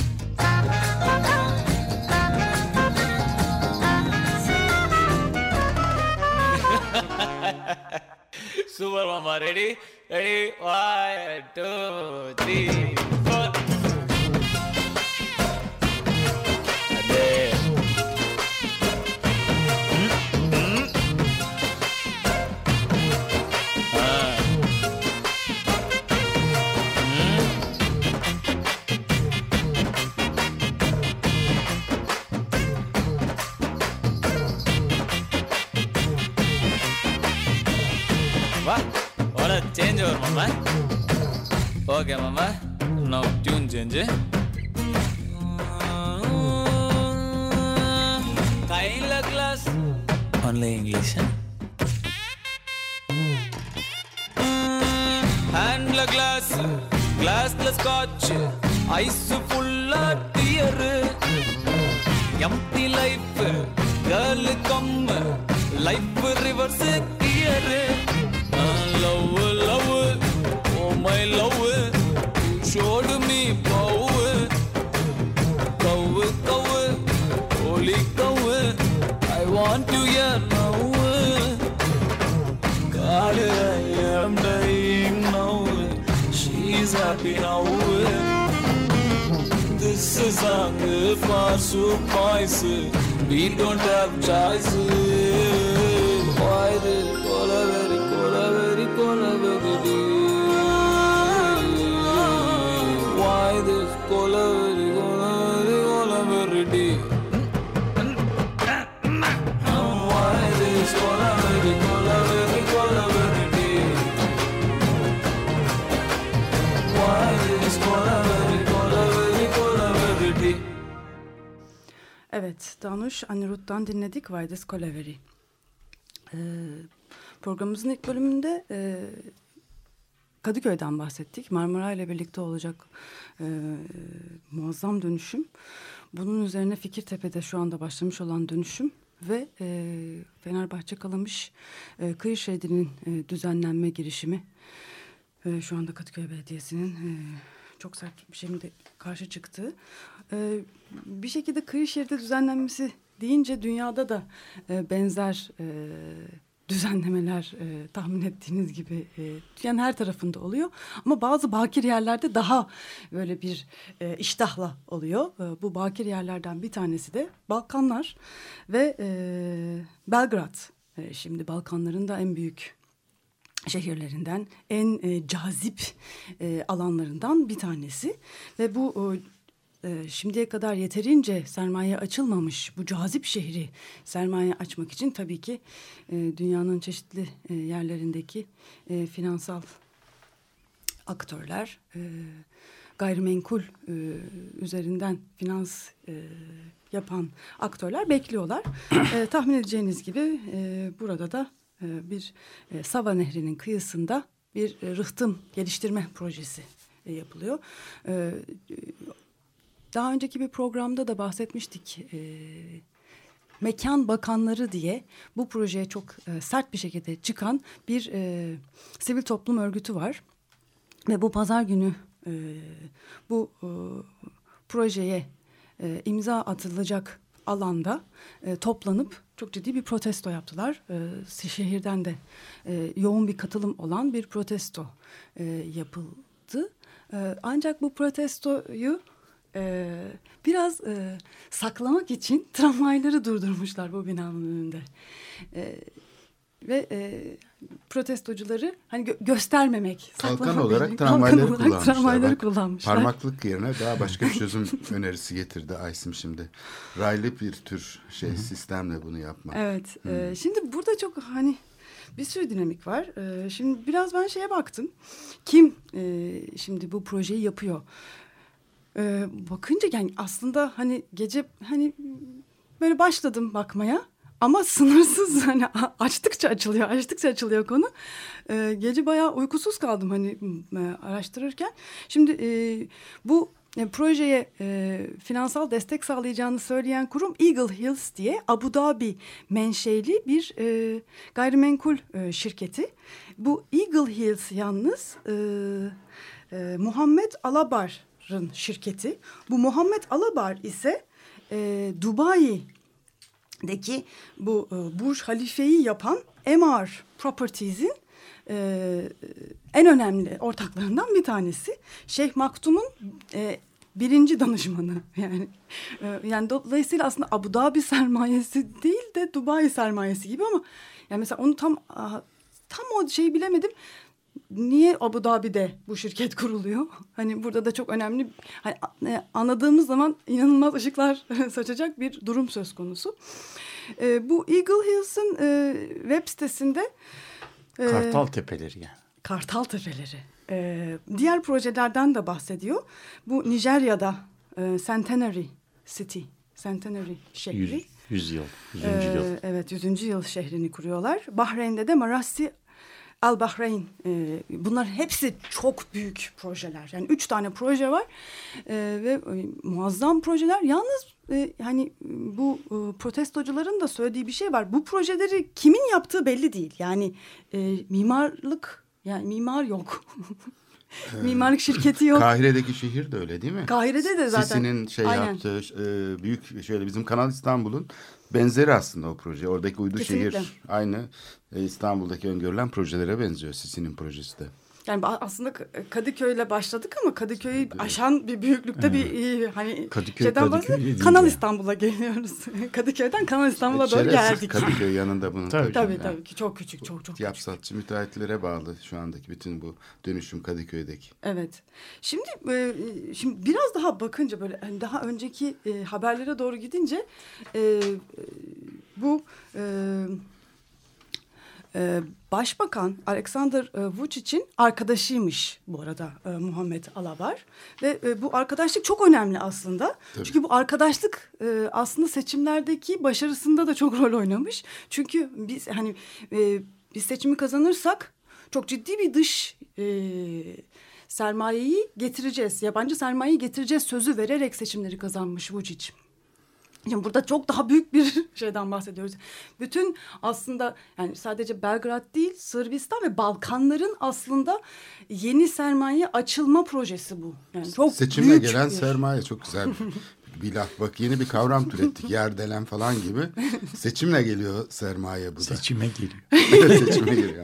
Super mama, ready? Ready? One, two, three, four. Ade. What a change over, mama. Okay, mama. Now tune change. Kaila glass. Only English. Huh? Hand la glass. Glass la scotch. Ice full of tear. Empty life. Girl come. Life reverse gear. Love, love, oh my love, you showed me power. Cow, cow, holy cow, I want you here now. God, I am dying now. She's happy now. This is song for soup boys. We don't have choice. Why this colaveri, colaveri, colaveri day? Why this colaveri, colaveri, colaveri day? Why this colaveri, colaveri, colaveri day? Why Evet, Danush Anirudh'dan dinledik Vaides Kolaveri. Ee, programımızın ilk bölümünde e, Kadıköy'den bahsettik. Marmara ile birlikte olacak e, muazzam dönüşüm. Bunun üzerine Fikirtepe'de şu anda başlamış olan dönüşüm ve e, Fenerbahçe Kalamış e, kıyı şeridinin e, düzenlenme girişimi. E, şu anda Kadıköy Belediyesi'nin e, çok sert bir şeyin de karşı çıktığı. E, bir şekilde kıyı şeridi düzenlenmesi deyince dünyada da e, benzer e, düzenlemeler e, tahmin ettiğiniz gibi e, yani her tarafında oluyor. Ama bazı bakir yerlerde daha böyle bir e, iştahla oluyor. E, bu bakir yerlerden bir tanesi de Balkanlar ve e, Belgrad. E, şimdi Balkanların da en büyük şehirlerinden, en e, cazip e, alanlarından bir tanesi. Ve bu e, şimdiye kadar yeterince sermaye açılmamış bu cazip şehri sermaye açmak için tabii ki e, dünyanın çeşitli e, yerlerindeki e, finansal aktörler, e, gayrimenkul e, üzerinden finans e, yapan aktörler bekliyorlar. e, tahmin edeceğiniz gibi e, burada da bir e, Sava Nehri'nin kıyısında bir e, rıhtım geliştirme projesi e, yapılıyor. E, daha önceki bir programda da bahsetmiştik. E, Mekan Bakanları diye bu projeye çok e, sert bir şekilde çıkan bir e, sivil toplum örgütü var. Ve bu pazar günü e, bu e, projeye e, imza atılacak alanda e, toplanıp çok ciddi bir protesto yaptılar. E, şehirden de e, yoğun bir katılım olan bir protesto e, yapıldı. E, ancak bu protestoyu e, biraz e, saklamak için tramvayları durdurmuşlar bu binanın önünde. E, ve e, protestocuları hani gö- göstermemek, kalkan olarak tramvayları olarak kullanmışlar. Tramvayları Bak, kullanmışlar. Parmaklık yerine daha başka bir çözüm önerisi getirdi Aysim şimdi. Raylı bir tür şey Hı-hı. sistemle bunu yapmak. Evet. E, şimdi burada çok hani bir sürü dinamik var. E, şimdi biraz ben şeye baktım. Kim e, şimdi bu projeyi yapıyor? E, bakınca yani aslında hani gece hani böyle başladım bakmaya. Ama sınırsız hani açtıkça açılıyor, açtıkça açılıyor konu. Ee, gece bayağı uykusuz kaldım hani e, araştırırken. Şimdi e, bu e, projeye e, finansal destek sağlayacağını söyleyen kurum Eagle Hills diye Abu Dhabi menşeli bir e, gayrimenkul e, şirketi. Bu Eagle Hills yalnız e, e, Muhammed Alabar'ın şirketi. Bu Muhammed Alabar ise e, Dubai deki bu e, Burj Halife'yi yapan Emaar Properties'in e, en önemli ortaklarından bir tanesi. Şeyh Maktum'un e, birinci danışmanı yani. E, yani dolayısıyla aslında Abu Dhabi sermayesi değil de Dubai sermayesi gibi ama yani mesela onu tam tam o şeyi bilemedim. Niye Abu Dhabi'de bu şirket kuruluyor? Hani burada da çok önemli, hani anladığımız zaman inanılmaz ışıklar saçacak bir durum söz konusu. E, bu Eagle Hills'ın e, web sitesinde e, Kartal Tepeleri yani. Kartal Tepeleri. E, diğer projelerden de bahsediyor. Bu Nijerya'da e, Centenary City, Centenary şehri. Yüz, yüz yıl, yüzüncü e, yıl. Evet, yüzüncü yıl şehrini kuruyorlar. Bahreyn'de de Marassi Al Bahreyn, e, bunlar hepsi çok büyük projeler. Yani üç tane proje var e, ve e, muazzam projeler. Yalnız e, hani bu e, protestocuların da söylediği bir şey var. Bu projeleri kimin yaptığı belli değil. Yani e, mimarlık, yani mimar yok. Mimarlık şirketi yok. Kahire'deki şehir de öyle değil mi? Kahire'de de zaten. Sisi'nin şey Aynen. yaptığı e, büyük şöyle bizim Kanal İstanbul'un benzeri aslında o proje. Oradaki uydu Kesinlikle. şehir aynı e, İstanbul'daki öngörülen projelere benziyor Sisi'nin projesi de. Yani aslında Kadıköy'le başladık ama Kadıköy'ü aşan bir büyüklükte evet. bir hani Kadıköy, şeyden Kadıköy Kanal İstanbul'a geliyoruz. Kadıköy'den Kanal İstanbul'a doğru geldik. Kadıköy yanında bunun. tabii tabii, yani. tabii ki çok küçük, çok çok Yapsatçı küçük. müteahhitlere bağlı şu andaki bütün bu dönüşüm Kadıköy'deki. Evet. Şimdi e, şimdi biraz daha bakınca böyle hani daha önceki e, haberlere doğru gidince e, bu e, Ee, Başbakan Alexander e, Vučić'in arkadaşıymış bu arada e, Muhammed Alabar. Ve e, bu arkadaşlık çok önemli aslında. Tabii. Çünkü bu arkadaşlık e, aslında seçimlerdeki başarısında da çok rol oynamış. Çünkü biz hani e, biz seçimi kazanırsak çok ciddi bir dış e, sermayeyi getireceğiz. Yabancı sermayeyi getireceğiz sözü vererek seçimleri kazanmış Vučić. Şimdi burada çok daha büyük bir şeyden bahsediyoruz. Bütün aslında yani sadece Belgrad değil, Sırbistan ve Balkanların aslında yeni sermaye açılma projesi bu. Yani çok seçimle büyük gelen bir... sermaye çok güzel bir, bir laf. Bak yeni bir kavram türettik. Yerdelen falan gibi. Seçimle geliyor sermaye bu da. Seçime geliyor. Seçime geliyor.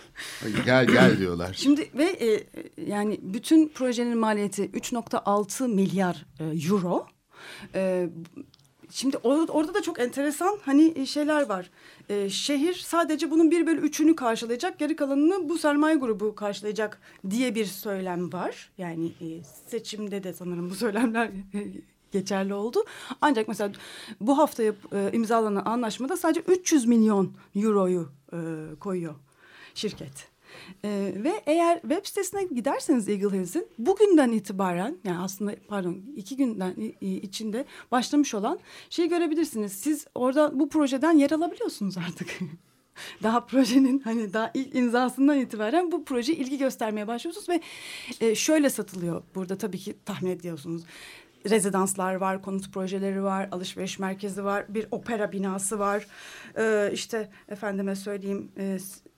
Gel gel diyorlar. Şimdi ve e, yani bütün projenin maliyeti üç nokta altı milyar e, euro. E, Şimdi or- orada da çok enteresan hani şeyler var. Ee, şehir sadece bunun bir bölü üçünü karşılayacak, geri kalanını bu sermaye grubu karşılayacak diye bir söylem var. Yani e, seçimde de sanırım bu söylemler geçerli oldu. Ancak mesela bu hafta yap, e, imzalanan anlaşmada sadece üç yüz milyon euroyu e, koyuyor şirket. Ee, ve eğer web sitesine giderseniz Eagle Hills'in bugünden itibaren yani aslında pardon iki günden içinde başlamış olan şeyi görebilirsiniz. Siz orada bu projeden yer alabiliyorsunuz artık. Daha projenin hani daha ilk imzasından itibaren bu proje ilgi göstermeye başlıyorsunuz ve e, şöyle satılıyor. Burada tabii ki tahmin ediyorsunuz. Rezidanslar var, konut projeleri var, alışveriş merkezi var, bir opera binası var. Ee, işte efendime söyleyeyim... E,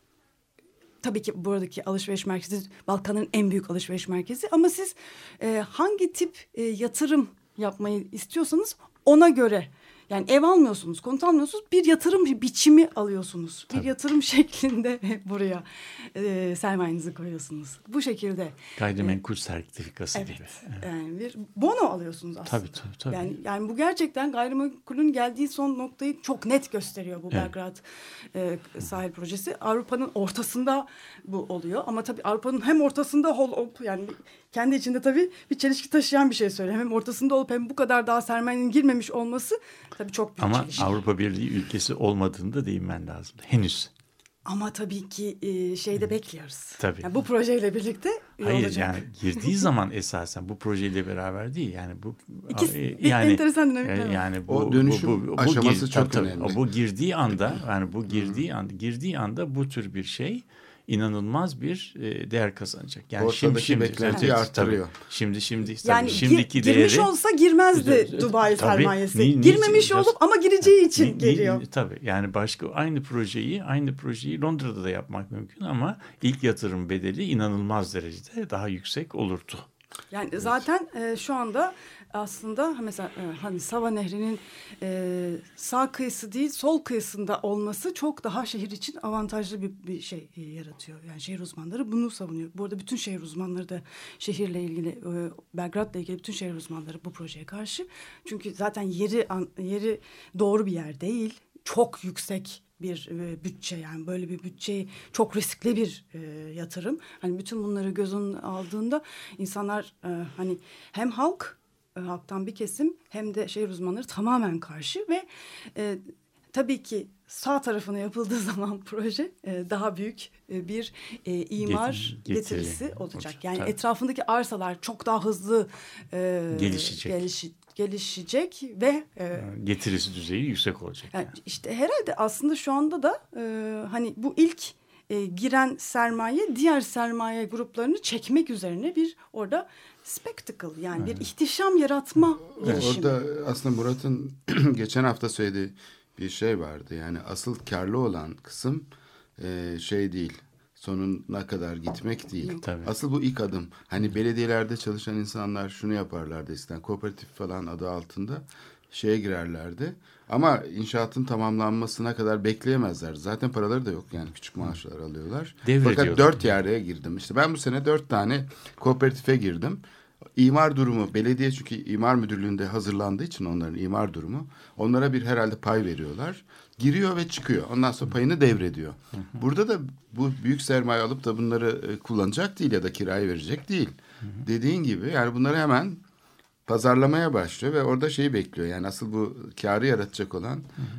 Tabii ki buradaki alışveriş merkezi Balkanların en büyük alışveriş merkezi. Ama siz e, hangi tip e, yatırım yapmayı istiyorsanız ona göre... Yani ev almıyorsunuz, konut almıyorsunuz. Bir yatırım biçimi alıyorsunuz. Tabii. Bir yatırım şeklinde buraya e, sermayenizi koyuyorsunuz. Bu şekilde. Gayrimenkul e, sertifikası evet, gibi. Evet. Yani bir bono alıyorsunuz aslında. Tabii tabii. tabii. Yani, yani bu gerçekten gayrimenkulün geldiği son noktayı çok net gösteriyor bu evet. Belgrad e, sahil projesi. Avrupa'nın ortasında bu oluyor. Ama tabii Avrupa'nın hem ortasında olup yani kendi içinde tabii bir çelişki taşıyan bir şey söylüyor. Hem ortasında olup hem bu kadar daha sermayenin girmemiş olması tabii çok büyük ama çelişki. Avrupa Birliği ülkesi olmadığını da değinmen lazım. Henüz. Ama tabii ki e, şeyde bekliyoruz. Tabii. Yani bu projeyle birlikte Hayır olacak. yani girdiği zaman esasen bu projeyle beraber değil. Yani bu İkisi, yani enteresan dinamikler yani, yani bu o dönüşüm bu, bu, bu, aşaması bu, çok tabii, önemli. Bu girdiği anda yani bu girdiği anda girdiği anda bu tür bir şey inanılmaz bir e, değer kazanacak. Yani ortadaki şimdi şimdi beklentiyi evet, arttırıyor. Tabii, şimdi şimdi tabii, yani şimdiki gir, girmiş değeri, olsa girmezdi tabii, Dubai tabii, sermayesi. Ni, Girmemiş ni, olup ama gireceği için ni, geliyor. Ni, tabii yani başka aynı projeyi aynı projeyi Londra'da da yapmak mümkün ama ilk yatırım bedeli inanılmaz derecede daha yüksek olurdu. Yani evet. zaten e, şu anda aslında mesela e, hani Sava Nehri'nin e, sağ kıyısı değil sol kıyısında olması çok daha şehir için avantajlı bir, bir şey e, yaratıyor. Yani şehir uzmanları bunu savunuyor. Bu arada bütün şehir uzmanları da şehirle ilgili, e, Belgrad'la ilgili bütün şehir uzmanları bu projeye karşı. Çünkü zaten yeri yeri doğru bir yer değil. Çok yüksek bir e, bütçe yani böyle bir bütçeyi çok riskli bir e, yatırım. Hani bütün bunları göz önüne aldığında insanlar e, hani hem halk e, halktan bir kesim hem de şehir uzmanları tamamen karşı ve e, tabii ki sağ tarafına yapıldığı zaman proje e, daha büyük e, bir e, imar Getiri, getirisi getiri, olacak. olacak. Yani Tabii. etrafındaki arsalar çok daha hızlı e, gelişecek. Gelişi, gelişecek ve e, getirisi düzeyi yüksek olacak. Yani yani. işte herhalde aslında şu anda da e, hani bu ilk e, giren sermaye diğer sermaye gruplarını çekmek üzerine bir orada spectacle yani evet. bir ihtişam yaratma girişimi. Orada aslında Murat'ın geçen hafta söylediği bir şey vardı. Yani asıl karlı olan kısım e, şey değil. Sonuna kadar gitmek değil. Tabii. Asıl bu ilk adım. Hani belediyelerde çalışan insanlar şunu yaparlardı eskiden. Kooperatif falan adı altında şeye girerlerdi. Ama inşaatın tamamlanmasına kadar bekleyemezler. Zaten paraları da yok yani küçük maaşlar alıyorlar. Fakat dört yere girdim. İşte ben bu sene dört tane kooperatife girdim. İmar durumu belediye çünkü imar müdürlüğünde hazırlandığı için onların imar durumu onlara bir herhalde pay veriyorlar. Giriyor ve çıkıyor. Ondan sonra payını devrediyor. Hı hı. Burada da bu büyük sermaye alıp da bunları kullanacak değil ya da kiraya verecek değil. Hı hı. Dediğin gibi yani bunları hemen pazarlamaya başlıyor ve orada şeyi bekliyor. Yani asıl bu kârı yaratacak olan hı hı.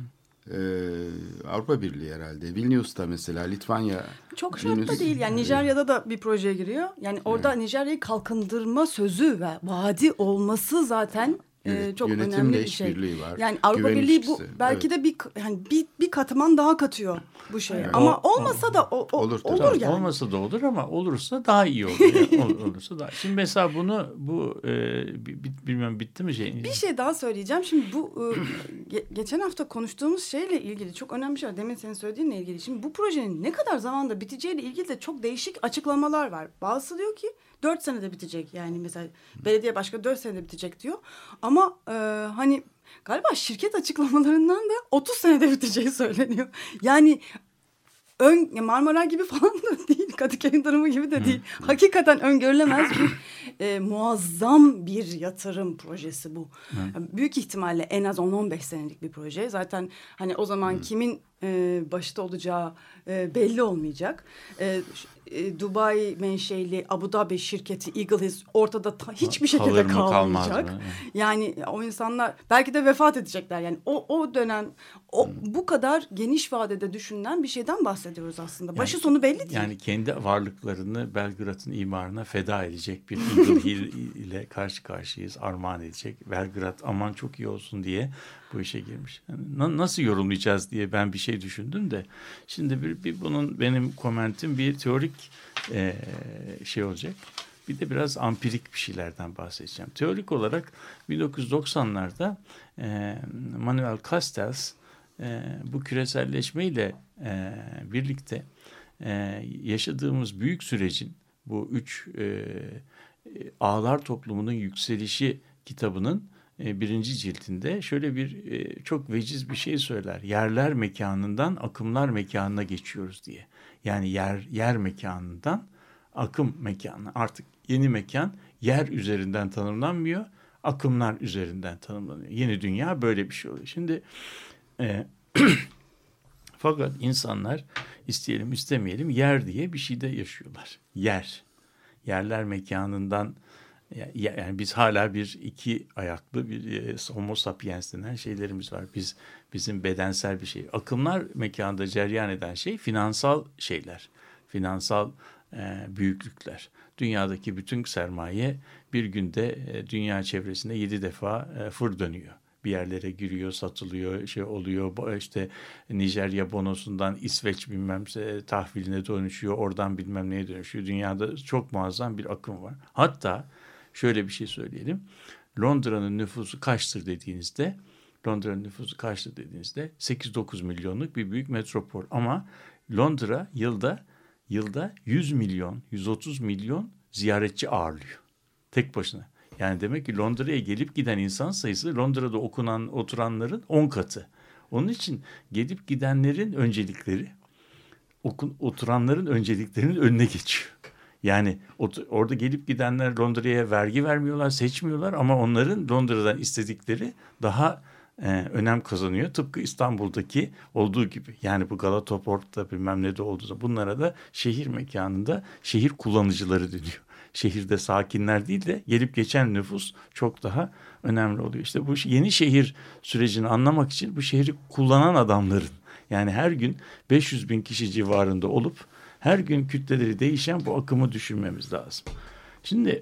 Ee, Avrupa Birliği herhalde. Vilnius'ta mesela, Litvanya. Çok şart Vilnius, da değil. Yani Nijerya'da da bir projeye giriyor. Yani orada evet. Nijerya'yı kalkındırma sözü ve vaadi olması zaten evet, e, çok yönetimle önemli bir şey. Var. Yani Avrupa Güven Birliği bu ilişkisi. belki evet. de bir yani bir bir katman daha katıyor bu şeye. Evet. Ama o, olmasa da o, o, olur, olur yani. Olmasa da olur ama olursa daha iyi olur. Yani. Ol, olursa daha. Şimdi mesela bunu bu e, bilmiyorum bitti mi şey? Bir şey daha söyleyeceğim. Şimdi bu e, geçen hafta konuştuğumuz şeyle ilgili çok önemli bir şey var. Demin senin söylediğinle ilgili. Şimdi bu projenin ne kadar zamanda biteceğiyle ilgili de çok değişik açıklamalar var. Bazısı diyor ki dört senede bitecek. Yani mesela belediye başkanı dört senede bitecek diyor. Ama e, hani galiba şirket açıklamalarından da otuz senede biteceği söyleniyor. Yani ön, Marmara gibi falan da değil. Kadıköy durumu gibi de değil. Hı. Hakikaten öngörülemez bir e, muazzam bir yatırım projesi bu. Yani büyük ihtimalle en az on on beş senelik bir proje. Zaten hani o zaman Hı. kimin e, başta olacağı e, belli olmayacak. E, e, Dubai menşeli Abu Dhabi şirketi Eagle Hills ortada ta, hiçbir şekilde kalmayacak. Yani o insanlar belki de vefat edecekler. Yani o o dönem o hmm. bu kadar geniş vadede düşünülen bir şeyden bahsediyoruz aslında. Yani, başı sonu belli değil. Yani kendi varlıklarını Belgrad'ın imarına feda edecek bir Eagle Hill ile karşı karşıyayız. Armağan edecek. Belgrad aman çok iyi olsun diye bu işe girmiş. Yani na, nasıl yorumlayacağız diye ben bir şey düşündüm de. Şimdi bir, bir bunun benim komentim bir teorik e, şey olacak. Bir de biraz ampirik bir şeylerden bahsedeceğim. Teorik olarak bin dokuz yüz doksanlarda e, Manuel Castells e, bu küreselleşmeyle e, birlikte e, yaşadığımız büyük sürecin bu üç e, ağlar toplumunun yükselişi kitabının e, birinci cildinde şöyle bir e, çok veciz bir şey söyler. Yerler mekanından akımlar mekanına geçiyoruz diye. Yani yer yer mekanından akım mekanına. Artık yeni mekan yer üzerinden tanımlanmıyor, akımlar üzerinden tanımlanıyor. Yeni dünya böyle bir şey oluyor. Şimdi e, fakat insanlar isteyelim istemeyelim yer diye bir şeyde yaşıyorlar. Yer. Yerler mekanından yani biz hala bir iki ayaklı bir homo sapiens denen şeylerimiz var. Biz bizim bedensel bir şey. Akımlar mekanında cereyan eden şey finansal şeyler. Finansal e, büyüklükler. Dünyadaki bütün sermaye bir günde e, dünya çevresinde yedi defa e, fır dönüyor. Bir yerlere giriyor, satılıyor, şey oluyor. İşte Nijerya bonosundan İsveç bilmem tahviline dönüşüyor. Oradan bilmem neye dönüşüyor. Dünyada çok muazzam bir akım var. Hatta şöyle bir şey söyleyelim. Londra'nın nüfusu kaçtır dediğinizde, Londra'nın nüfusu kaçtır dediğinizde sekiz dokuz milyonluk bir büyük metropol. Ama Londra yılda yılda yüz milyon, yüz otuz milyon ziyaretçi ağırlıyor. Tek başına. Yani demek ki Londra'ya gelip giden insan sayısı Londra'da okunan, oturanların on katı. Onun için gelip gidenlerin öncelikleri okun, oturanların önceliklerinin önüne geçiyor. Yani orada gelip gidenler Londra'ya vergi vermiyorlar, seçmiyorlar ama onların Londra'dan istedikleri daha e, önem kazanıyor. Tıpkı İstanbul'daki olduğu gibi. Yani bu Galata Port'ta bilmem ne de olduğu bunlara da şehir mekanında şehir kullanıcıları deniyor. Şehirde sakinler değil de gelip geçen nüfus çok daha önemli oluyor. İşte bu yeni şehir sürecini anlamak için bu şehri kullanan adamların yani her gün beş yüz bin kişi civarında olup her gün kütleleri değişen bu akımı düşünmemiz lazım. Şimdi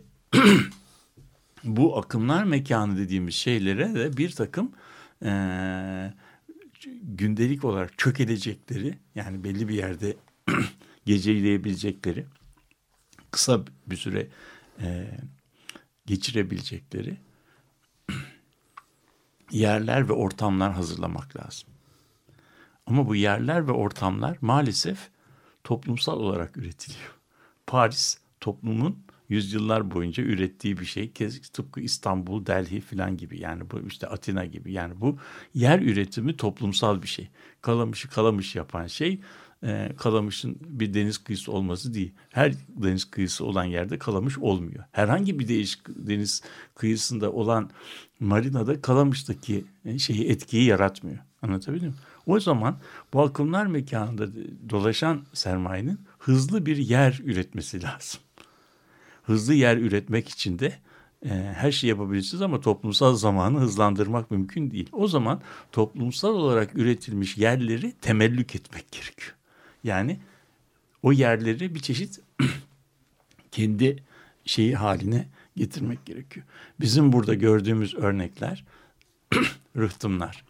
bu akımlar mekanı dediğimiz şeylere de bir takım e, gündelik olarak çökelecekleri yani belli bir yerde geceleyebilecekleri kısa bir süre e, geçirebilecekleri yerler ve ortamlar hazırlamak lazım. Ama bu yerler ve ortamlar maalesef toplumsal olarak üretiliyor. Paris toplumun yüzyıllar boyunca ürettiği bir şey. Tıpkı İstanbul, Delhi falan gibi yani bu işte Atina gibi yani bu yer üretimi toplumsal bir şey. Kalamış'ı Kalamış yapan şey e, Kalamış'ın bir deniz kıyısı olması değil. Her deniz kıyısı olan yerde Kalamış olmuyor. Herhangi bir değiş, deniz kıyısında olan marinada Kalamış'taki şeyi etkiyi yaratmıyor. Anlatabildim mi? O zaman bu akımlar mekanında dolaşan sermayenin hızlı bir yer üretmesi lazım. Hızlı yer üretmek için de e, her şeyi yapabilirsiniz ama toplumsal zamanı hızlandırmak mümkün değil. O zaman toplumsal olarak üretilmiş yerleri temellük etmek gerekiyor. Yani o yerleri bir çeşit kendi şeyi haline getirmek gerekiyor. Bizim burada gördüğümüz örnekler rıhtımlar.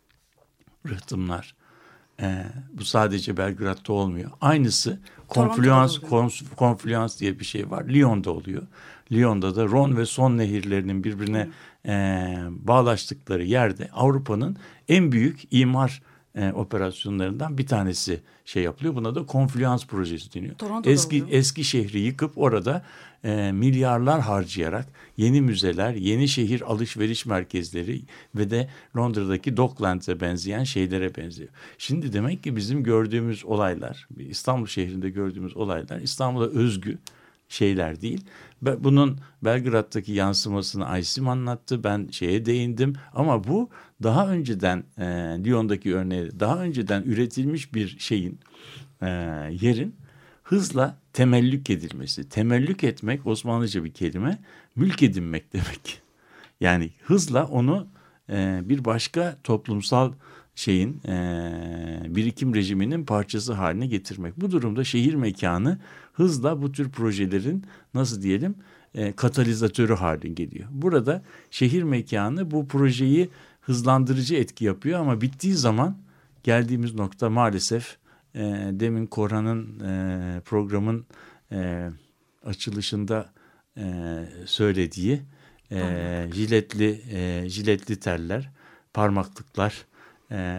Rıhtımlar. Ee, bu sadece Belgrad'da olmuyor. Aynısı konflüans, konflüans diye bir şey var. Lyon'da oluyor. Lyon'da da Ron ve Son nehirlerinin birbirine e, bağlaştıkları yerde Avrupa'nın en büyük imar e, operasyonlarından bir tanesi şey yapılıyor. Buna da konflüans projesi deniyor. Toronto'da eski oluyor. eski şehri yıkıp orada e, milyarlar harcayarak yeni müzeler, yeni şehir alışveriş merkezleri ve de Londra'daki Docklands'e benzeyen şeylere benziyor. Şimdi demek ki bizim gördüğümüz olaylar, İstanbul şehrinde gördüğümüz olaylar İstanbul'a özgü şeyler değil. Bunun Belgrad'daki yansımasını Aysim anlattı. Ben şeye değindim. Ama bu daha önceden e, Lyon'daki örneği daha önceden üretilmiş bir şeyin e, yerin hızla temellük edilmesi. Temellük etmek Osmanlıca bir kelime. Mülk edinmek demek. Yani hızla onu e, bir başka toplumsal şeyin e, birikim rejiminin parçası haline getirmek. Bu durumda şehir mekanı hızla bu tür projelerin nasıl diyelim e, katalizatörü haline geliyor. Burada şehir mekanı bu projeyi hızlandırıcı etki yapıyor ama bittiği zaman geldiğimiz nokta maalesef e, demin Korhan'ın e, programın e, açılışında e, söylediği e, jiletli e, jiletli teller, parmaklıklar, e,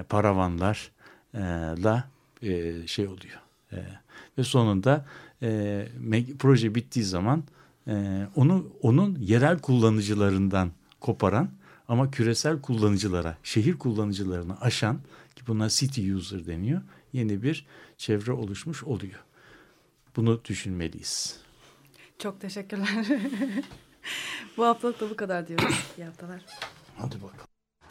paravanlarla e, şey oluyor. E, ve sonunda e, me- proje bittiği zaman e, onu onun yerel kullanıcılarından koparan ama küresel kullanıcılara, şehir kullanıcılarını aşan, ki buna city user deniyor, yeni bir çevre oluşmuş oluyor. Bunu düşünmeliyiz. Çok teşekkürler. Bu haftalık da bu kadar diyoruz. İyi haftalar. Hadi bakalım.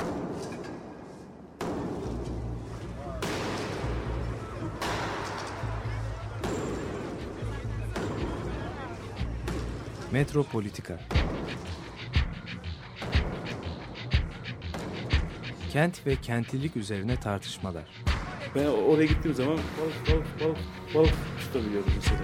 Metropolitika. Kent ve kentlilik üzerine tartışmalar. Ben oraya gittiğim zaman balık balık balık balık tutabiliyorum mesela.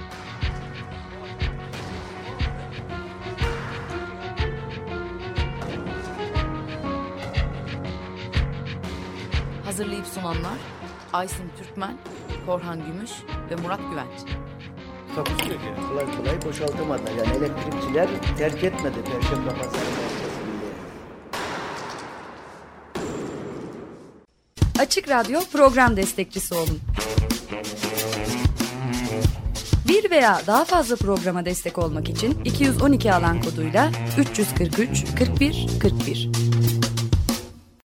Hazırlayıp sunanlar Aysim Türkmen, Korhan Gümüş ve Murat Güvenç. Takusuyor yani. Kolay kolay boşaltamadılar. Yani elektrikçiler terk etmedi Perşembe Pazarı merkezinde. Açık Radyo program destekçisi olun. Bir veya daha fazla programa destek olmak için iki yüz on iki alan koduyla üç yüz kırk üç kırk bir kırk bir